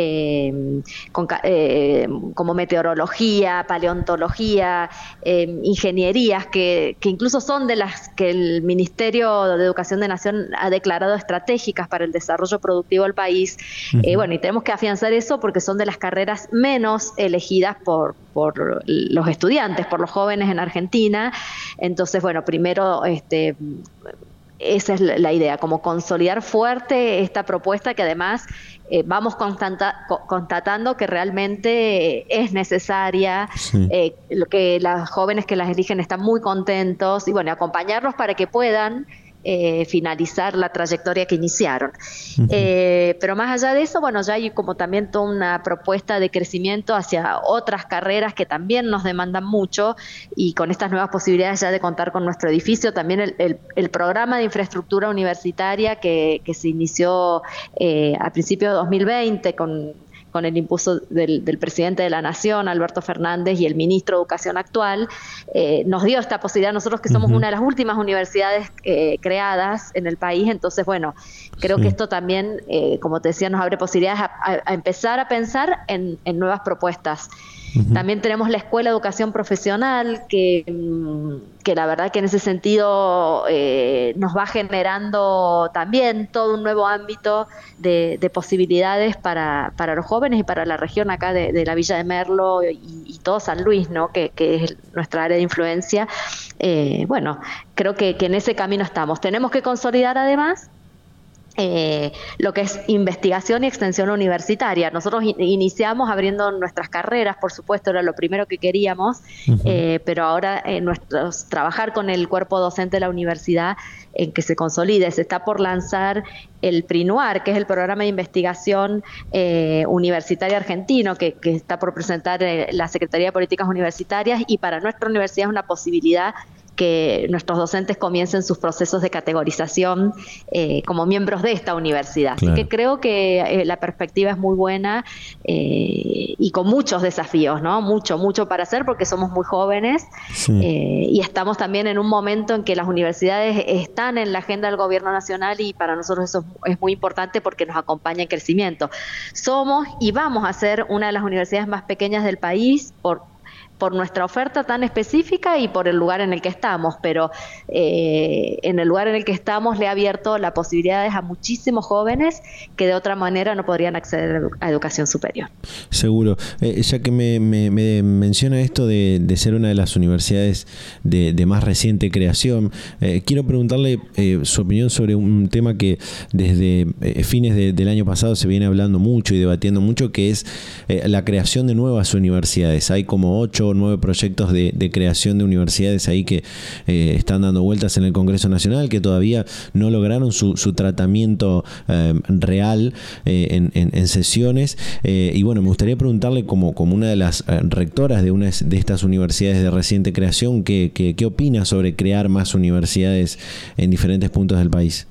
eh, con, eh, como meteorología, paleontología, eh, ingenierías, que, que incluso son de las que el Ministerio de Educación de Nación ha declarado estratégicas para el desarrollo productivo del país. Uh-huh. Eh, bueno, y tenemos que afianzar eso porque son de las carreras menos elegidas por, por los estudiantes, por los jóvenes en Argentina. Entonces, bueno, primero este, esa es la idea, como consolidar fuerte esta propuesta que además eh, vamos constata, constatando que realmente es necesaria, sí. eh, lo que los jóvenes que las eligen están muy contentos y bueno, acompañarlos para que puedan Eh, finalizar la trayectoria que iniciaron. Uh-huh. Eh, pero más allá de eso, bueno, ya hay como también toda una propuesta de crecimiento hacia otras carreras que también nos demandan mucho y con estas nuevas posibilidades ya de contar con nuestro edificio, también el, el, el programa de infraestructura universitaria que, que se inició eh, a principios de dos mil veinte con con el impulso del, del presidente de la Nación, Alberto Fernández, y el ministro de Educación actual, eh, nos dio esta posibilidad. Nosotros que somos uh-huh. una de las últimas universidades eh, creadas en el país, entonces, bueno, creo sí. que esto también, eh, como te decía, nos abre posibilidades a, a, a empezar a pensar en, en nuevas propuestas. Uh-huh. También tenemos la Escuela de Educación Profesional, que, que la verdad que en ese sentido eh, nos va generando también todo un nuevo ámbito de, de posibilidades para, para los jóvenes y para la región acá de, de la Villa de Merlo y, y todo San Luis, ¿no? que, que es nuestra área de influencia. Eh, bueno, creo que, que en ese camino estamos. Tenemos que consolidar además Eh, lo que es investigación y extensión universitaria. Nosotros in- iniciamos abriendo nuestras carreras, por supuesto, era lo primero que queríamos, uh-huh. eh, pero ahora eh, nuestros, trabajar con el cuerpo docente de la universidad en que se consolide. Se está por lanzar el PRINUAR, que es el programa de investigación eh, universitaria argentino, que, que está por presentar eh, la Secretaría de Políticas Universitarias, y para nuestra universidad es una posibilidad que nuestros docentes comiencen sus procesos de categorización eh, como miembros de esta universidad. Claro. Así que creo que eh, la perspectiva es muy buena eh, y con muchos desafíos, ¿no? Mucho, mucho para hacer porque somos muy jóvenes sí. eh, y estamos también en un momento en que las universidades están en la agenda del gobierno nacional y para nosotros eso es muy importante porque nos acompaña en crecimiento. Somos y vamos a ser una de las universidades más pequeñas del país por por nuestra oferta tan específica y por el lugar en el que estamos, pero eh, en el lugar en el que estamos le ha abierto las posibilidades a muchísimos jóvenes que de otra manera no podrían acceder a educación superior. Seguro. Eh, ya que me, me, me menciona esto de, de ser una de las universidades de, de más reciente creación, eh, quiero preguntarle eh, su opinión sobre un tema que desde eh, fines de, del año pasado se viene hablando mucho y debatiendo mucho, que es eh, la creación de nuevas universidades. Hay como ocho o nueve proyectos de, de creación de universidades ahí que eh, están dando vueltas en el Congreso Nacional, que todavía no lograron su, su tratamiento eh, real eh, en, en, en sesiones. Eh, y bueno, me gustaría preguntarle como, como una de las eh, rectoras de una de estas universidades de reciente creación, ¿qué, qué, qué opina sobre crear más universidades en diferentes puntos del país?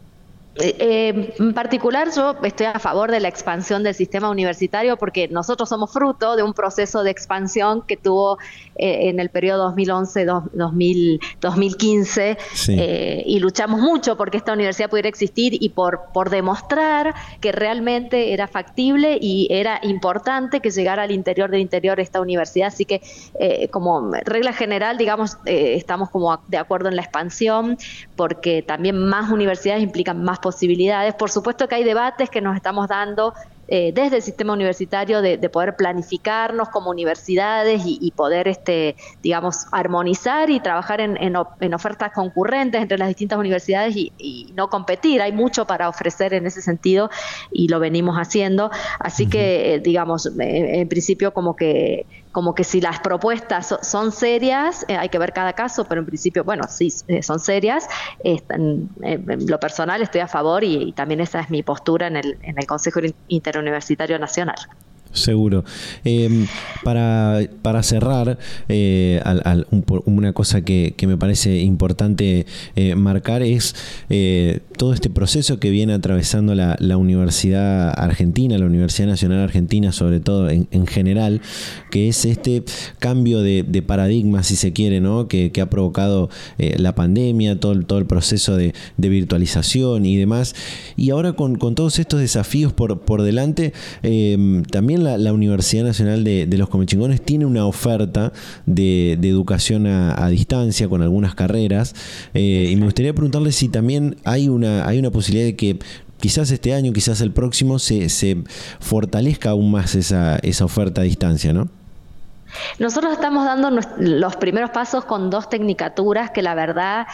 Eh, en particular yo estoy a favor de la expansión del sistema universitario porque nosotros somos fruto de un proceso de expansión que tuvo eh, en el periodo dos mil once dos mil quince sí. eh, y luchamos mucho porque esta universidad pudiera existir y por, por demostrar que realmente era factible y era importante que llegara al interior del interior esta universidad, así que eh, como regla general digamos eh, estamos como de acuerdo en la expansión porque también más universidades implican más posibilidades. Por supuesto que hay debates que nos estamos dando eh, desde el sistema universitario de, de poder planificarnos como universidades y, y poder, este, digamos, armonizar y trabajar en, en, en ofertas concurrentes entre las distintas universidades y, y no competir. Hay mucho para ofrecer en ese sentido y lo venimos haciendo. Así uh-huh. que, eh, digamos, en, en principio como que como que si las propuestas son serias, eh, hay que ver cada caso, pero en principio, bueno, sí, eh, son serias. Eh, en, en lo personal estoy a favor y, y también esa es mi postura en el, en el Consejo Interuniversitario Nacional. Seguro. Eh, para, para cerrar, eh, al, al, un, una cosa que, que me parece importante eh, marcar es eh, todo este proceso que viene atravesando la, la Universidad Argentina, la Universidad Nacional Argentina, sobre todo en, en general, que es este cambio de, de paradigma, si se quiere, ¿no? que, que ha provocado eh, la pandemia, todo, todo el proceso de, de virtualización y demás. Y ahora con, con todos estos desafíos por, por delante, eh, también La, la Universidad Nacional de, de los Comechingones tiene una oferta de, de educación a, a distancia con algunas carreras eh, y me gustaría preguntarle si también hay una, hay una posibilidad de que quizás este año, quizás el próximo se, se fortalezca aún más esa, esa oferta a distancia, ¿no? Nosotros estamos dando los primeros pasos con dos tecnicaturas que la verdad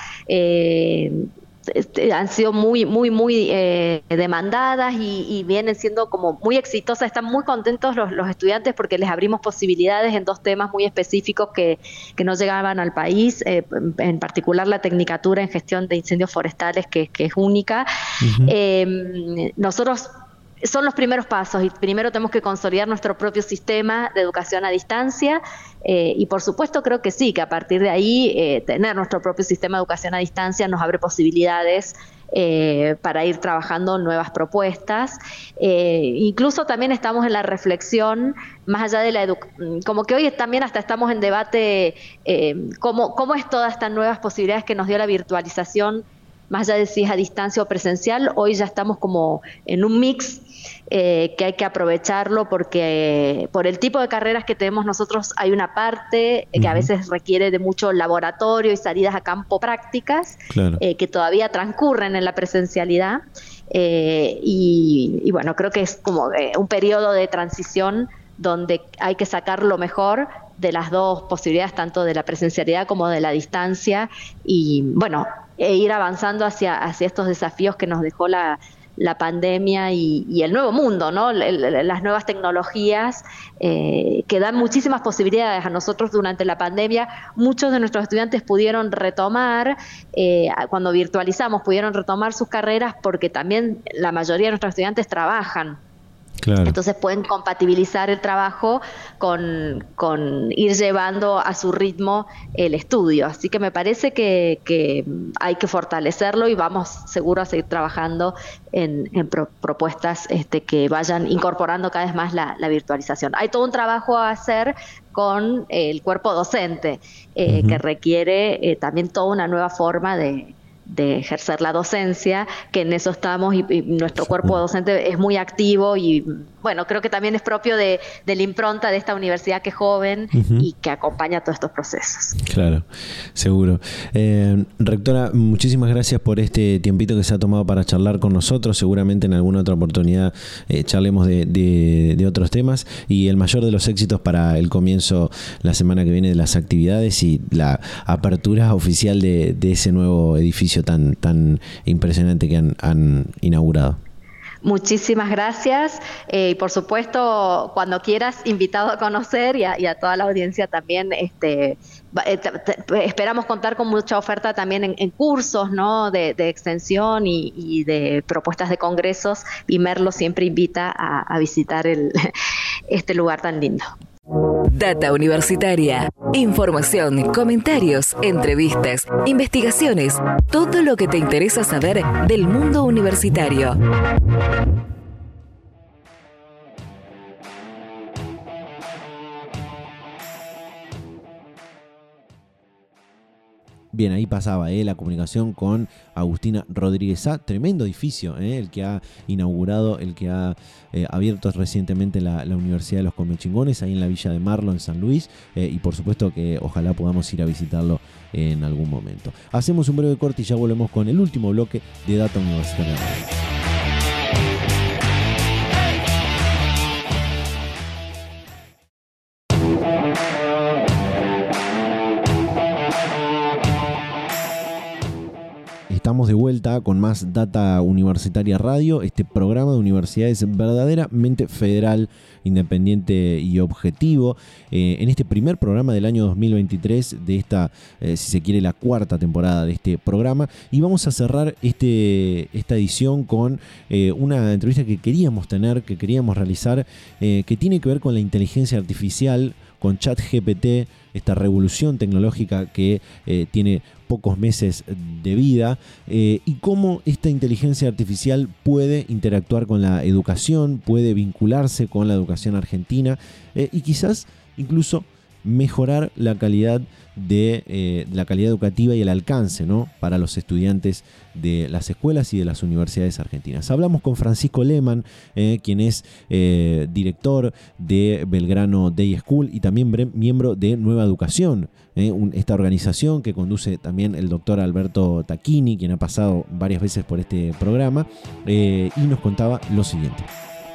eh, han sido muy, muy, muy eh, demandadas y, y vienen siendo como muy exitosas. Están muy contentos los, los estudiantes porque les abrimos posibilidades en dos temas muy específicos que, que no llegaban al país, eh, en particular la tecnicatura en gestión de incendios forestales, que, que es única. Uh-huh. Eh, nosotros son los primeros pasos y primero tenemos que consolidar nuestro propio sistema de educación a distancia eh, y por supuesto creo que sí, que a partir de ahí eh, tener nuestro propio sistema de educación a distancia nos abre posibilidades eh, para ir trabajando nuevas propuestas. Eh, incluso también estamos en la reflexión más allá de la educación, como que hoy también hasta estamos en debate eh, cómo, cómo es todas estas nuevas posibilidades que nos dio la virtualización, más allá de si es a distancia o presencial. Hoy ya estamos como en un mix eh, que hay que aprovecharlo porque eh, por el tipo de carreras que tenemos nosotros hay una parte uh-huh. que a veces requiere de mucho laboratorio y salidas a campo prácticas claro. eh, que todavía transcurren en la presencialidad eh, y, y bueno, creo que es como eh, un periodo de transición donde hay que sacar lo mejor de las dos posibilidades, tanto de la presencialidad como de la distancia y bueno, e ir avanzando hacia, hacia estos desafíos que nos dejó la, la pandemia y, y el nuevo mundo, ¿no? El, el, las nuevas tecnologías eh, que dan muchísimas posibilidades a nosotros durante la pandemia. Muchos de nuestros estudiantes pudieron retomar, eh, cuando virtualizamos, pudieron retomar sus carreras porque también la mayoría de nuestros estudiantes trabajan. Claro. Entonces pueden compatibilizar el trabajo con, con ir llevando a su ritmo el estudio. Así que me parece que, que hay que fortalecerlo y vamos seguro a seguir trabajando en, en pro, propuestas este, que vayan incorporando cada vez más la, la virtualización. Hay todo un trabajo a hacer con el cuerpo docente eh, uh-huh. que requiere eh, también toda una nueva forma de de ejercer la docencia, que en eso estamos y, y nuestro cuerpo docente es muy activo y bueno, creo que también es propio de, de la impronta de esta universidad que es joven uh-huh. y que acompaña todos estos procesos. Claro, seguro. Eh, rectora, muchísimas gracias por este tiempito que se ha tomado para charlar con nosotros. Seguramente en alguna otra oportunidad eh, charlemos de, de, de otros temas, y el mayor de los éxitos para el comienzo la semana que viene de las actividades y la apertura oficial de, de ese nuevo edificio tan, tan impresionante que han, han inaugurado. Muchísimas gracias eh, y por supuesto cuando quieras invitado a conocer y a, y a toda la audiencia también este, eh, te, te, esperamos contar con mucha oferta también en, en cursos, ¿no? de, de extensión y, y de propuestas de congresos, y Merlo siempre invita a, a visitar el, este lugar tan lindo. Data Universitaria. Información, comentarios, entrevistas, investigaciones, todo lo que te interesa saber del mundo universitario. Bien, ahí pasaba eh, la comunicación con Agustina Rodríguez Sá, tremendo edificio, eh, el que ha inaugurado, el que ha eh, abierto recientemente la, la Universidad de los Comechingones, ahí en la Villa de Marlo, en San Luis, eh, y por supuesto que ojalá podamos ir a visitarlo en algún momento. Hacemos un breve corte y ya volvemos con el último bloque de Data Universitaria. Estamos de vuelta con más Data Universitaria Radio, este programa de universidades verdaderamente federal, independiente y objetivo. Eh, en este primer programa del año dos mil veintitrés, de esta, eh, si se quiere, la cuarta temporada de este programa. Y vamos a cerrar este, esta edición con eh, una entrevista que queríamos tener, que queríamos realizar, eh, que tiene que ver con la inteligencia artificial, con ChatGPT, esta revolución tecnológica que eh, tiene pocos meses de vida, eh, y cómo esta inteligencia artificial puede interactuar con la educación, puede vincularse con la educación argentina eh, y quizás incluso mejorar la calidad de eh, la calidad educativa y el alcance, ¿no?, para los estudiantes de las escuelas y de las universidades argentinas. Hablamos con Francisco Lehmann, eh, quien es eh, director de Belgrano Day School y también bre- miembro de Nueva Educación, eh, un, esta organización que conduce también el doctor Alberto Tacchini, quien ha pasado varias veces por este programa, eh, y nos contaba lo siguiente.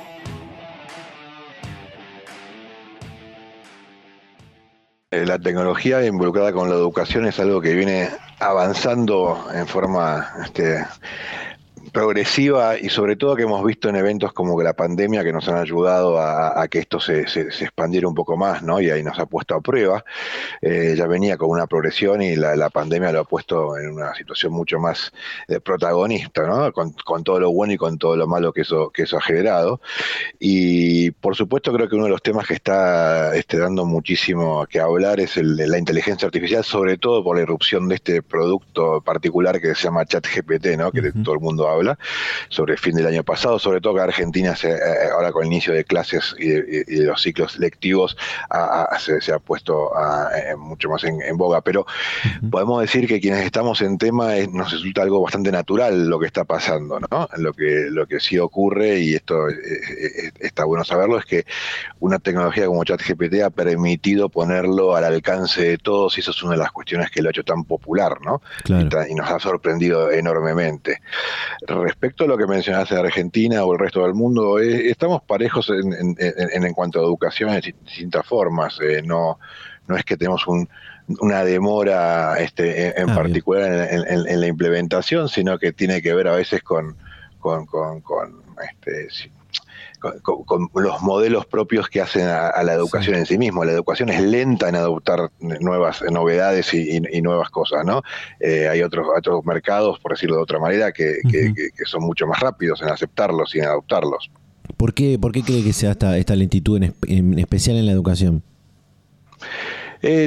La tecnología involucrada con la educación es algo que viene avanzando en forma este, progresiva, y sobre todo que hemos visto en eventos como la pandemia, que nos han ayudado a, a que esto se, se, se expandiera un poco más, ¿no? Y ahí nos ha puesto a prueba. Eh, ya venía con una progresión y la, la pandemia lo ha puesto en una situación mucho más eh, protagonista, ¿no? Con, con todo lo bueno y con todo lo malo que eso, que eso ha generado. Y por supuesto creo que uno de los temas que está este, dando muchísimo que hablar es el de la inteligencia artificial, sobre todo por la irrupción de este producto particular que se llama ChatGPT, ¿no? Que uh-huh. todo el mundo habla sobre el fin del año pasado, sobre todo que Argentina se, eh, ahora con el inicio de clases y de, y de los ciclos lectivos a, a, se, se ha puesto a, eh, mucho más en, en boga, pero uh-huh. podemos decir que quienes estamos en tema es, nos resulta algo bastante natural lo que está pasando, ¿no? Lo que, lo que sí ocurre, y esto eh, eh, está bueno saberlo, es que una tecnología como ChatGPT ha permitido ponerlo al alcance de todos, y eso es una de las cuestiones que lo ha hecho tan popular, ¿no? Claro. Y, y nos ha sorprendido enormemente. Respecto a lo que mencionaste de Argentina o el resto del mundo, eh, estamos parejos en, en, en, en cuanto a educación en distintas formas. Eh, no, no es que tenemos un, una demora este, en, en ah, particular en, en, en la implementación, sino que tiene que ver a veces con, con, con, con este, Con, con, con los modelos propios que hacen a, a la educación sí. en sí mismo. La educación es lenta en adoptar nuevas novedades y, y, y nuevas cosas, ¿no? Eh, hay otros, otros mercados, por decirlo de otra manera, que, uh-huh. que, que, que son mucho más rápidos en aceptarlos y en adoptarlos. ¿Por qué, por qué cree que sea esta, esta lentitud en, en especial en la educación? Eh,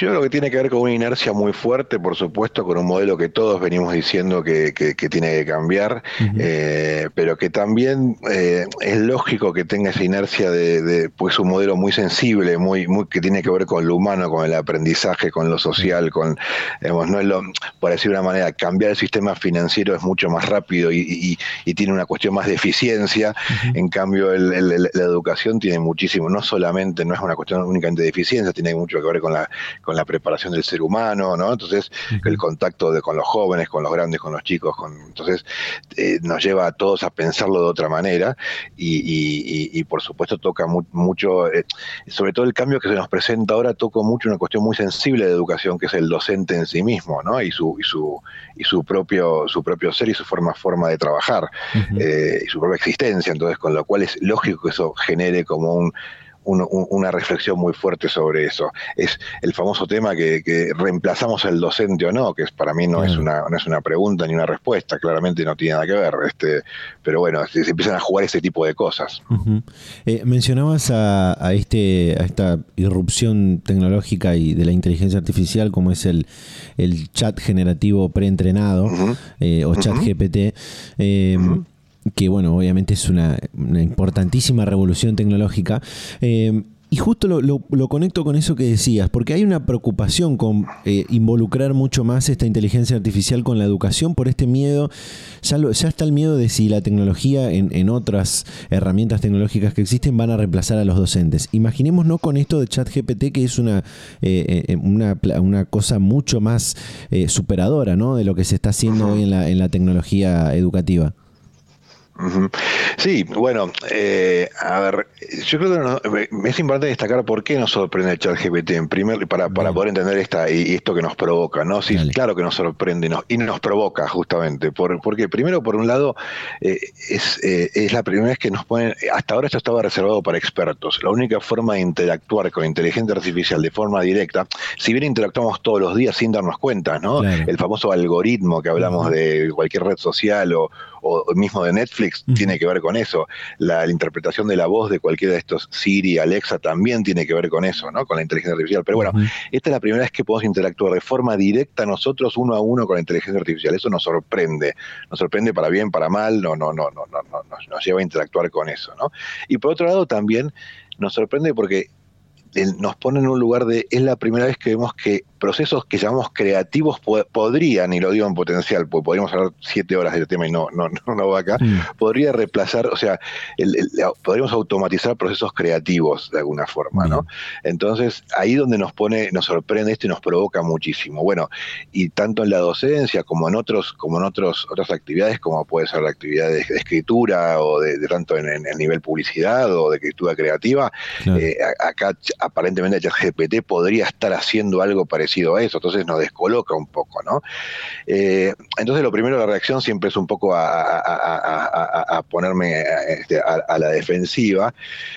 Yo creo que tiene que ver con una inercia muy fuerte, por supuesto, con un modelo que todos venimos diciendo que, que, que tiene que cambiar, uh-huh. eh, pero que también eh, es lógico que tenga esa inercia de, de pues un modelo muy sensible, muy, muy que tiene que ver con lo humano, con el aprendizaje, con lo social, con, digamos, no es lo, por decir de una manera, cambiar el sistema financiero es mucho más rápido y, y, y tiene una cuestión más de eficiencia. Uh-huh. En cambio, el, el, la educación tiene muchísimo, no solamente, no es una cuestión únicamente de eficiencia, tiene mucho que ver con la con la preparación del ser humano, ¿no? Entonces, uh-huh. el contacto de, con los jóvenes, con los grandes, con los chicos, con, entonces eh, nos lleva a todos a pensarlo de otra manera y, y, y, y por supuesto toca mu- mucho, eh, sobre todo el cambio que se nos presenta ahora, toca mucho una cuestión muy sensible de educación, que es el docente en sí mismo, ¿no? Y su y su y su propio su propio ser y su forma forma de trabajar, uh-huh. eh, y su propia existencia, entonces con lo cual es lógico que eso genere como un Un, un, una reflexión muy fuerte sobre eso. Es el famoso tema que, que reemplazamos al docente o no, que es, para mí no, claro. es una, no es una pregunta ni una respuesta, claramente no tiene nada que ver, este, pero bueno, se, se empiezan a jugar ese tipo de cosas. Uh-huh. Eh, mencionabas a, a, este, a esta irrupción tecnológica y de la inteligencia artificial como es el, el chat generativo preentrenado, uh-huh. eh, o chat uh-huh. G P T, eh, uh-huh. que bueno, obviamente es una, una importantísima revolución tecnológica, eh, y justo lo, lo, lo conecto con eso que decías, porque hay una preocupación con eh, involucrar mucho más esta inteligencia artificial con la educación por este miedo, ya, lo, ya está el miedo de si la tecnología en, en otras herramientas tecnológicas que existen van a reemplazar a los docentes. Imaginémonos con esto de ChatGPT, que es una, eh, eh, una, una cosa mucho más eh, superadora, ¿no?, de lo que se está haciendo hoy en la, en la tecnología educativa. Sí, bueno, eh, a ver, yo creo que no, es importante destacar por qué nos sorprende el ChatGPT, en primer, para, para poder entender esta y esto que nos provoca, ¿no? Sí, Dale. Claro que nos sorprende y nos, y nos provoca justamente, por, porque primero, por un lado, eh, es, eh, es la primera vez que nos ponen, hasta ahora esto estaba reservado para expertos, la única forma de interactuar con inteligencia artificial de forma directa, si bien interactuamos todos los días sin darnos cuenta, ¿no? Claro. El famoso algoritmo que hablamos uh-huh. de cualquier red social o, o mismo de Netflix, uh-huh. tiene que ver con eso. La, la interpretación de la voz de cualquiera de estos, Siri, Alexa, también tiene que ver con eso, ¿no? Con la inteligencia artificial. Pero bueno, uh-huh. esta es la primera vez que podemos interactuar de forma directa nosotros uno a uno con la inteligencia artificial. Eso nos sorprende. Nos sorprende para bien, para mal, no, no, no, no, no, no nos, nos lleva a interactuar con eso, ¿no? Y por otro lado también nos sorprende porque nos pone en un lugar de, es la primera vez que vemos que procesos que llamamos creativos po- podrían, y lo digo en potencial, porque podríamos hablar siete horas del tema y no, no, no, no va acá, mm. podría reemplazar, o sea, el, el, podríamos automatizar procesos creativos de alguna forma, mm. ¿no? Entonces, ahí donde nos pone, nos sorprende esto y nos provoca muchísimo. Bueno, y tanto en la docencia como en otros, como en otros, otras actividades, como puede ser la actividad de, de escritura, o de, de tanto en, en el nivel publicidad o de escritura creativa, claro. eh, acá aparentemente ChatGPT podría estar haciendo algo parecido a eso, entonces nos descoloca un poco, ¿no? Eh, entonces lo primero, la reacción siempre es un poco a, a, a, a, a ponerme a, este, a, a la defensiva,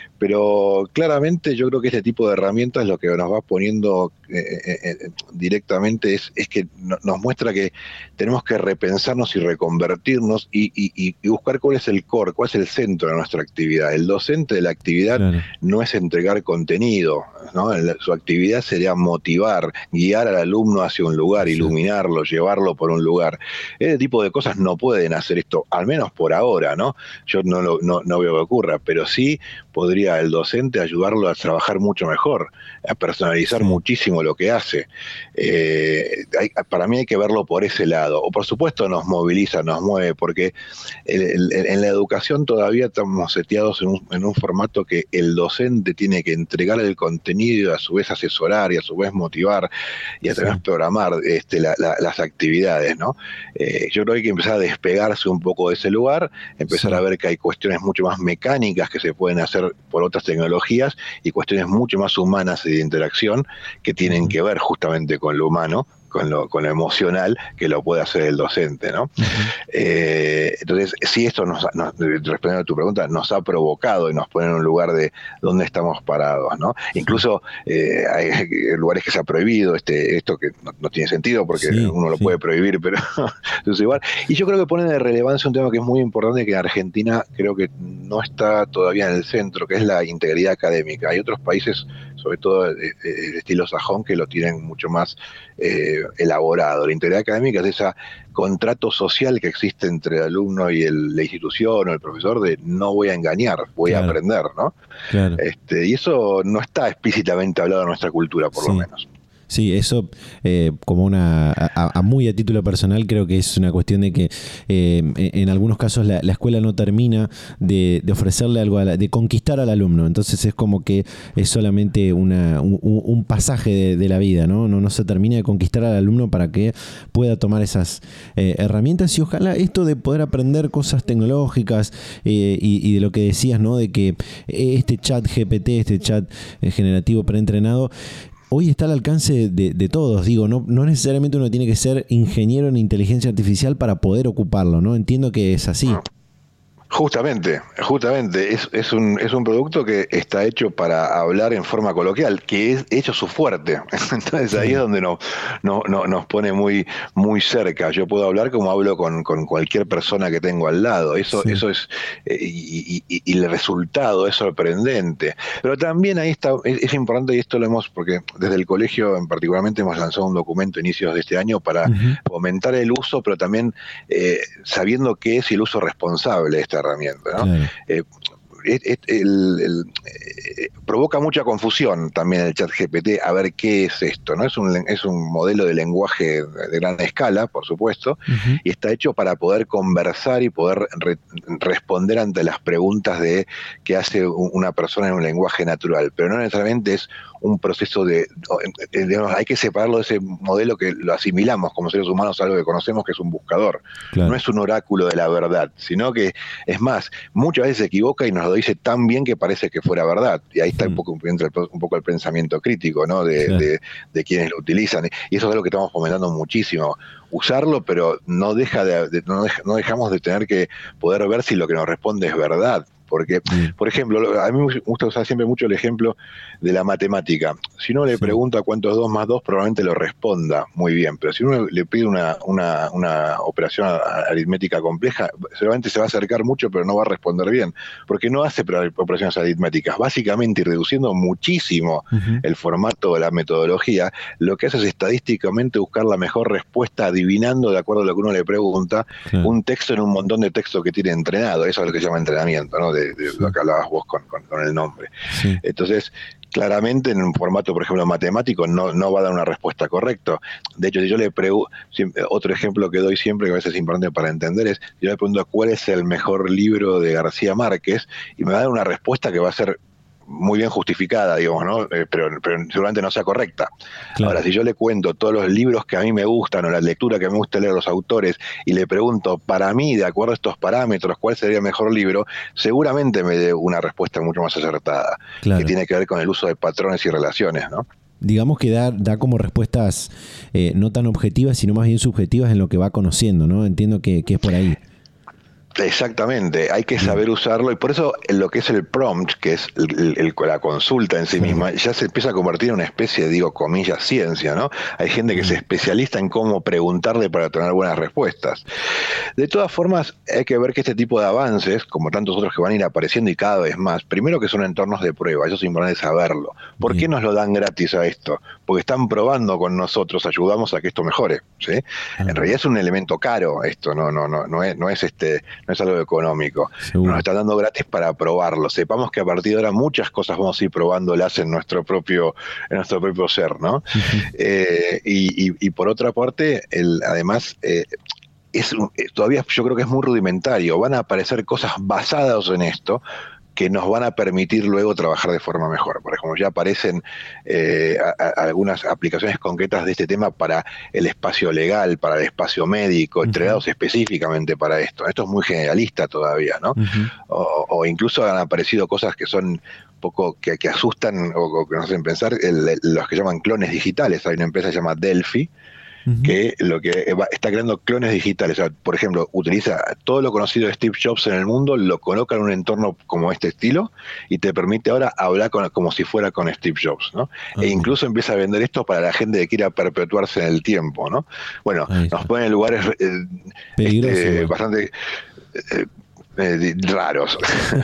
pero claramente yo creo que este tipo de herramientas lo que nos va poniendo eh, eh, directamente es, es que no, nos muestra que tenemos que repensarnos y reconvertirnos y, y, y buscar cuál es el core, cuál es el centro de nuestra actividad. El docente de la actividad claro. no es entregar contenido, ¿no? Su actividad sería motivar, guiar al alumno hacia un lugar, sí. iluminarlo, llevarlo por un lugar. Ese tipo de cosas no pueden hacer esto, al menos por ahora, ¿no? Yo no, lo, no, no veo que ocurra, pero sí podría el docente ayudarlo a trabajar mucho mejor, a personalizar sí. muchísimo lo que hace. Eh, hay, para mí hay que verlo por ese lado. O por supuesto nos moviliza, nos mueve, porque el, el, en la educación todavía estamos seteados en un, en un formato que el docente tiene que entregar el contenido y a su vez asesorar y a su vez motivar y a través sí. programar este, la, la, las actividades, ¿no? Eh, yo creo que hay que empezar a despegarse un poco de ese lugar, empezar sí. a ver que hay cuestiones mucho más mecánicas que se pueden hacer por otras tecnologías y cuestiones mucho más humanas y de interacción que tienen uh-huh. que ver justamente con lo humano, con lo, con lo emocional, que lo puede hacer el docente, ¿no? Uh-huh. Eh, entonces, si esto, nos, nos, respondiendo a tu pregunta, nos ha provocado y nos pone en un lugar de dónde estamos parados, ¿no? Incluso eh, hay lugares que se ha prohibido este, esto que no, no tiene sentido porque sí, uno lo sí. puede prohibir, pero es igual. Y yo creo que pone de relevancia un tema que es muy importante, que en Argentina creo que no está todavía en el centro, que es la integridad académica. Hay otros países, sobre todo el, el estilo sajón, que lo tienen mucho más eh, elaborado. La integridad académica es ese contrato social que existe entre el alumno y el, la institución o el profesor de no voy a engañar, voy claro. a aprender, ¿no? Claro. Este, y eso no está explícitamente hablado en nuestra cultura, por sí. lo menos. Sí, eso eh, como una a, a muy a título personal creo que es una cuestión de que eh, en algunos casos la, la escuela no termina de, de ofrecerle algo, a la, de conquistar al alumno, entonces es como que es solamente una, un, un pasaje de, de la vida, ¿no? ¿no? No se termina de conquistar al alumno para que pueda tomar esas eh, herramientas y ojalá esto de poder aprender cosas tecnológicas eh, y, y de lo que decías, ¿no? De que este chat G P T, este chat eh, generativo preentrenado, hoy está al alcance de, de todos, digo, no, no necesariamente uno tiene que ser ingeniero en inteligencia artificial para poder ocuparlo, ¿no? Entiendo que es así. Justamente, justamente, es, es, un, es un producto que está hecho para hablar en forma coloquial, que es hecho su fuerte. Entonces ahí sí. es donde no, no, no, nos pone muy, muy cerca. Yo puedo hablar como hablo con, con cualquier persona que tengo al lado. Eso, sí. eso es, eh, y, y, y el resultado es sorprendente. Pero también ahí está, es, es importante, y esto lo hemos, porque desde el colegio en particularmente hemos lanzado un documento a inicios de este año para uh-huh. fomentar el uso, pero también eh, sabiendo qué es el uso responsable de esta herramienta, ¿no? Claro. Eh, el, el, el, el, eh, provoca mucha confusión también el chat G P T a ver qué es esto, ¿no? Es un, es un modelo de lenguaje de gran escala, por supuesto, uh-huh. y está hecho para poder conversar y poder re, responder ante las preguntas de que hace una persona en un lenguaje natural, pero no necesariamente es un proceso de, digamos, hay que separarlo de ese modelo que lo asimilamos como seres humanos a algo que conocemos, que es un buscador. Claro. No es un oráculo de la verdad, sino que, es más, muchas veces se equivoca y nos lo dice tan bien que parece que fuera verdad. Y ahí está mm. un poco entra un poco el pensamiento crítico, ¿no? De, claro. de, de quienes lo utilizan. Y eso es algo que estamos fomentando muchísimo. Usarlo, pero no deja de, de no, deja, no dejamos de tener que poder ver si lo que nos responde es verdad. Porque, mm. por ejemplo, a mí me gusta usar siempre mucho el ejemplo de la matemática. Si uno le sí. pregunta cuánto es dos más dos, probablemente lo responda muy bien. Pero si uno le pide una, una, una operación aritmética compleja, seguramente se va a acercar mucho, pero no va a responder bien. Porque no hace operaciones aritméticas. Básicamente, y reduciendo muchísimo uh-huh. el formato de la metodología, lo que hace es estadísticamente buscar la mejor respuesta, adivinando, de acuerdo a lo que uno le pregunta, sí. un texto en un montón de textos que tiene entrenado. Eso es lo que se llama entrenamiento, ¿no? De, de lo que hablabas vos con, con, con el nombre. Sí. Entonces, claramente en un formato, por ejemplo, matemático, no, no va a dar una respuesta correcta. De hecho, si yo le pregunto, otro ejemplo que doy siempre, que a veces es importante para entender, es, yo le pregunto cuál es el mejor libro de García Márquez, y me va a dar una respuesta que va a ser muy bien justificada, digamos, ¿no? Eh, pero, pero seguramente no sea correcta. Claro. Ahora, si yo le cuento todos los libros que a mí me gustan o la lectura que me gusta leer los autores y le pregunto, para mí, de acuerdo a estos parámetros, cuál sería el mejor libro, seguramente me dé una respuesta mucho más acertada, claro. que tiene que ver con el uso de patrones y relaciones, ¿no? Digamos que da, da como respuestas eh, no tan objetivas, sino más bien subjetivas en lo que va conociendo, ¿no? Entiendo que, que es por ahí. Exactamente, hay que saber usarlo, y por eso lo que es el prompt, que es el, el, la consulta en sí, sí misma, ya se empieza a convertir en una especie de, digo, comillas, ciencia, ¿no? Hay gente que sí. se especializa en cómo preguntarle para tener buenas respuestas. De todas formas, hay que ver que este tipo de avances, como tantos otros que van a ir apareciendo y cada vez más, primero que son entornos de prueba, eso es importante saberlo. ¿Por sí. qué nos lo dan gratis a esto? Porque están probando con nosotros, ayudamos a que esto mejore, ¿sí? Ah. En realidad es un elemento caro esto, no, no, no, no es, no es este... no es algo económico, seguro. Nos están dando gratis para probarlo. Sepamos que a partir de ahora muchas cosas vamos a ir probándolas en nuestro propio, en nuestro propio ser, ¿no? Uh-huh. eh, y, y, y por otra parte, el, además, eh, es todavía yo creo que es muy rudimentario. Van a aparecer cosas basadas en esto, que nos van a permitir luego trabajar de forma mejor. Por ejemplo, ya aparecen eh, a, a algunas aplicaciones concretas de este tema para el espacio legal, para el espacio médico, uh-huh. entrenados específicamente para esto. Esto es muy generalista todavía, ¿no? Uh-huh. O, o incluso han aparecido cosas que son poco que, que asustan o, o que nos hacen pensar, el, el, los que llaman clones digitales. Hay una empresa que se llama Delphi, Uh-huh. que lo que va, está creando clones digitales. O sea, por ejemplo, utiliza todo lo conocido de Steve Jobs en el mundo, lo coloca en un entorno como este estilo y te permite ahora hablar con, como si fuera con Steve Jobs, ¿no? Uh-huh. E incluso empieza a vender esto para la gente que quiera perpetuarse en el tiempo, ¿no? Bueno, nos pone en lugares eh, este, bastante... Eh, eh, raros.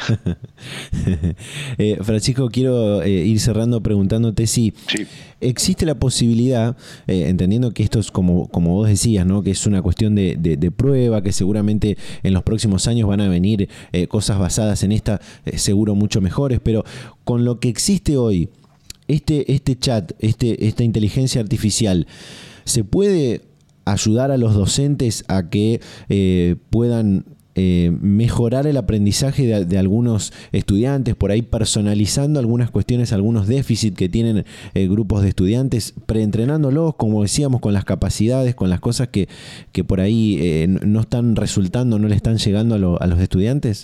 eh, Francisco, quiero eh, ir cerrando preguntándote si sí. existe la posibilidad, eh, entendiendo que esto es como, como vos decías, ¿no? Que es una cuestión de, de, de prueba, que seguramente en los próximos años van a venir eh, cosas basadas en esta, eh, seguro mucho mejores, pero con lo que existe hoy, este, este chat, este, esta inteligencia artificial, ¿se puede ayudar a los docentes a que eh, puedan eh, mejorar el aprendizaje de, de algunos estudiantes, por ahí personalizando algunas cuestiones, algunos déficits que tienen eh, grupos de estudiantes, preentrenándolos, como decíamos, con las capacidades, con las cosas que, que por ahí eh, no están resultando, no le están llegando a, lo, a los estudiantes?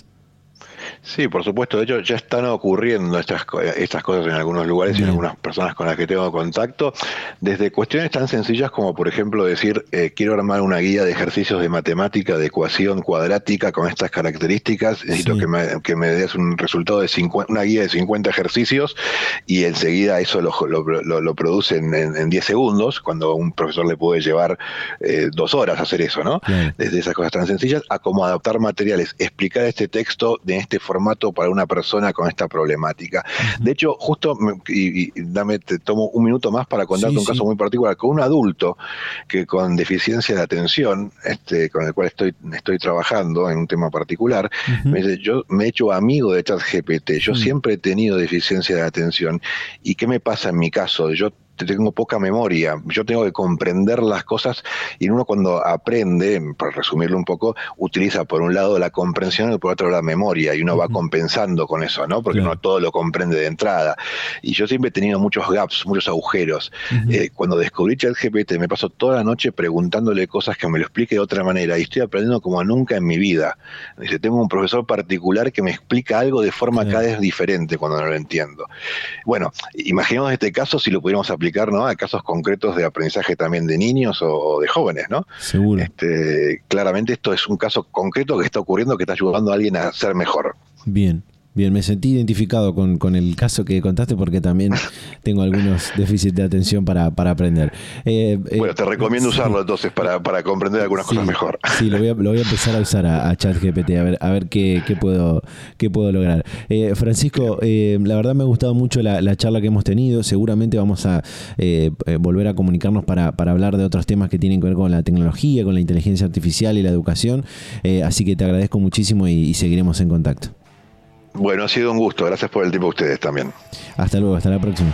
Sí, por supuesto. De hecho, ya están ocurriendo estas, estas cosas en algunos lugares Bien. y en algunas personas con las que tengo contacto, desde cuestiones tan sencillas como, por ejemplo, decir, eh, quiero armar una guía de ejercicios de matemática, de ecuación cuadrática con estas características, necesito sí. que, me, que me des un resultado de cincuenta, una guía de cincuenta ejercicios, y enseguida eso lo, lo, lo, lo produce en, en diez segundos, cuando un profesor le puede llevar eh, dos horas hacer eso, ¿no? Bien. Desde esas cosas tan sencillas a cómo adaptar materiales, explicar este texto de este formato para una persona con esta problemática. Uh-huh. De hecho, justo, me, y, y dame, te tomo un minuto más para contarte sí, un sí. caso muy particular, con un adulto que con deficiencia de atención, este, con el cual estoy, estoy trabajando en un tema particular, uh-huh. me dice, yo me he hecho amigo de ChatGPT, yo uh-huh. siempre he tenido deficiencia de atención, ¿y qué me pasa en mi caso? Yo tengo poca memoria, yo tengo que comprender las cosas, y uno cuando aprende, para resumirlo un poco, utiliza por un lado la comprensión y por otro la memoria, y uno uh-huh. va compensando con eso, ¿no? Porque claro. no todo lo comprende de entrada. Y yo siempre he tenido muchos gaps, muchos agujeros. Uh-huh. Eh, cuando descubrí ChatGPT me paso toda la noche preguntándole cosas que me lo explique de otra manera, y estoy aprendiendo como nunca en mi vida. Dice, tengo un profesor particular que me explica algo de forma uh-huh. cada vez diferente cuando no lo entiendo. Bueno, imaginemos este caso si lo pudiéramos aplicar, ¿no? A casos concretos de aprendizaje también de niños o, o de jóvenes, ¿no? Seguro. Este, claramente esto es un caso concreto que está ocurriendo, que está ayudando a alguien a ser mejor. Bien. Bien, me sentí identificado con, con el caso que contaste porque también tengo algunos déficits de atención para, para aprender. Eh, bueno, te recomiendo eh, usarlo entonces para, para comprender algunas sí, cosas mejor. Sí, lo voy a, lo voy a empezar a usar a, a ChatGPT, a ver, a ver qué, qué, puedo, qué puedo lograr. Eh, Francisco, eh, la verdad me ha gustado mucho la, la charla que hemos tenido. Seguramente vamos a eh, volver a comunicarnos para, para hablar de otros temas que tienen que ver con la tecnología, con la inteligencia artificial y la educación. Eh, así que te agradezco muchísimo y, y seguiremos en contacto. Bueno, ha sido un gusto. Gracias por el tiempo de ustedes también. Hasta luego, hasta la próxima.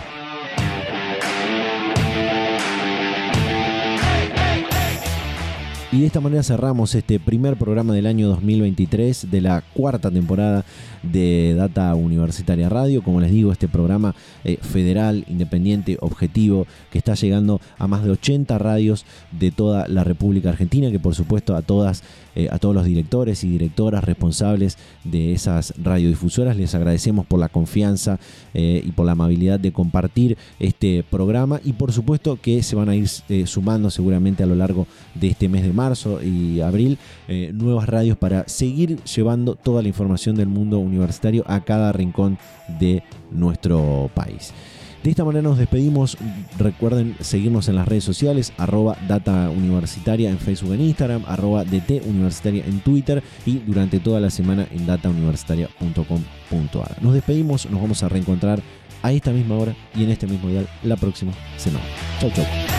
Y de esta manera cerramos este primer programa del año dos mil veintitrés de la cuarta temporada de Data Universitaria Radio. Como les digo, este programa eh, federal, independiente, objetivo, que está llegando a más de ochenta radios de toda la República Argentina, que por supuesto a todas, eh, a todos los directores y directoras responsables de esas radiodifusoras les agradecemos por la confianza eh, y por la amabilidad de compartir este programa, y por supuesto que se van a ir eh, sumando seguramente a lo largo de este mes de marzo y abril eh, nuevas radios para seguir llevando toda la información del mundo universitario a cada rincón de nuestro país. De esta manera nos despedimos. Recuerden seguirnos en las redes sociales, arroba Data Universitaria en Facebook e Instagram, arroba D T Universitaria en Twitter, y durante toda la semana en data universitaria punto com punto a r. Nos despedimos, nos vamos a reencontrar a esta misma hora y en este mismo dial la próxima semana. Chau, chau.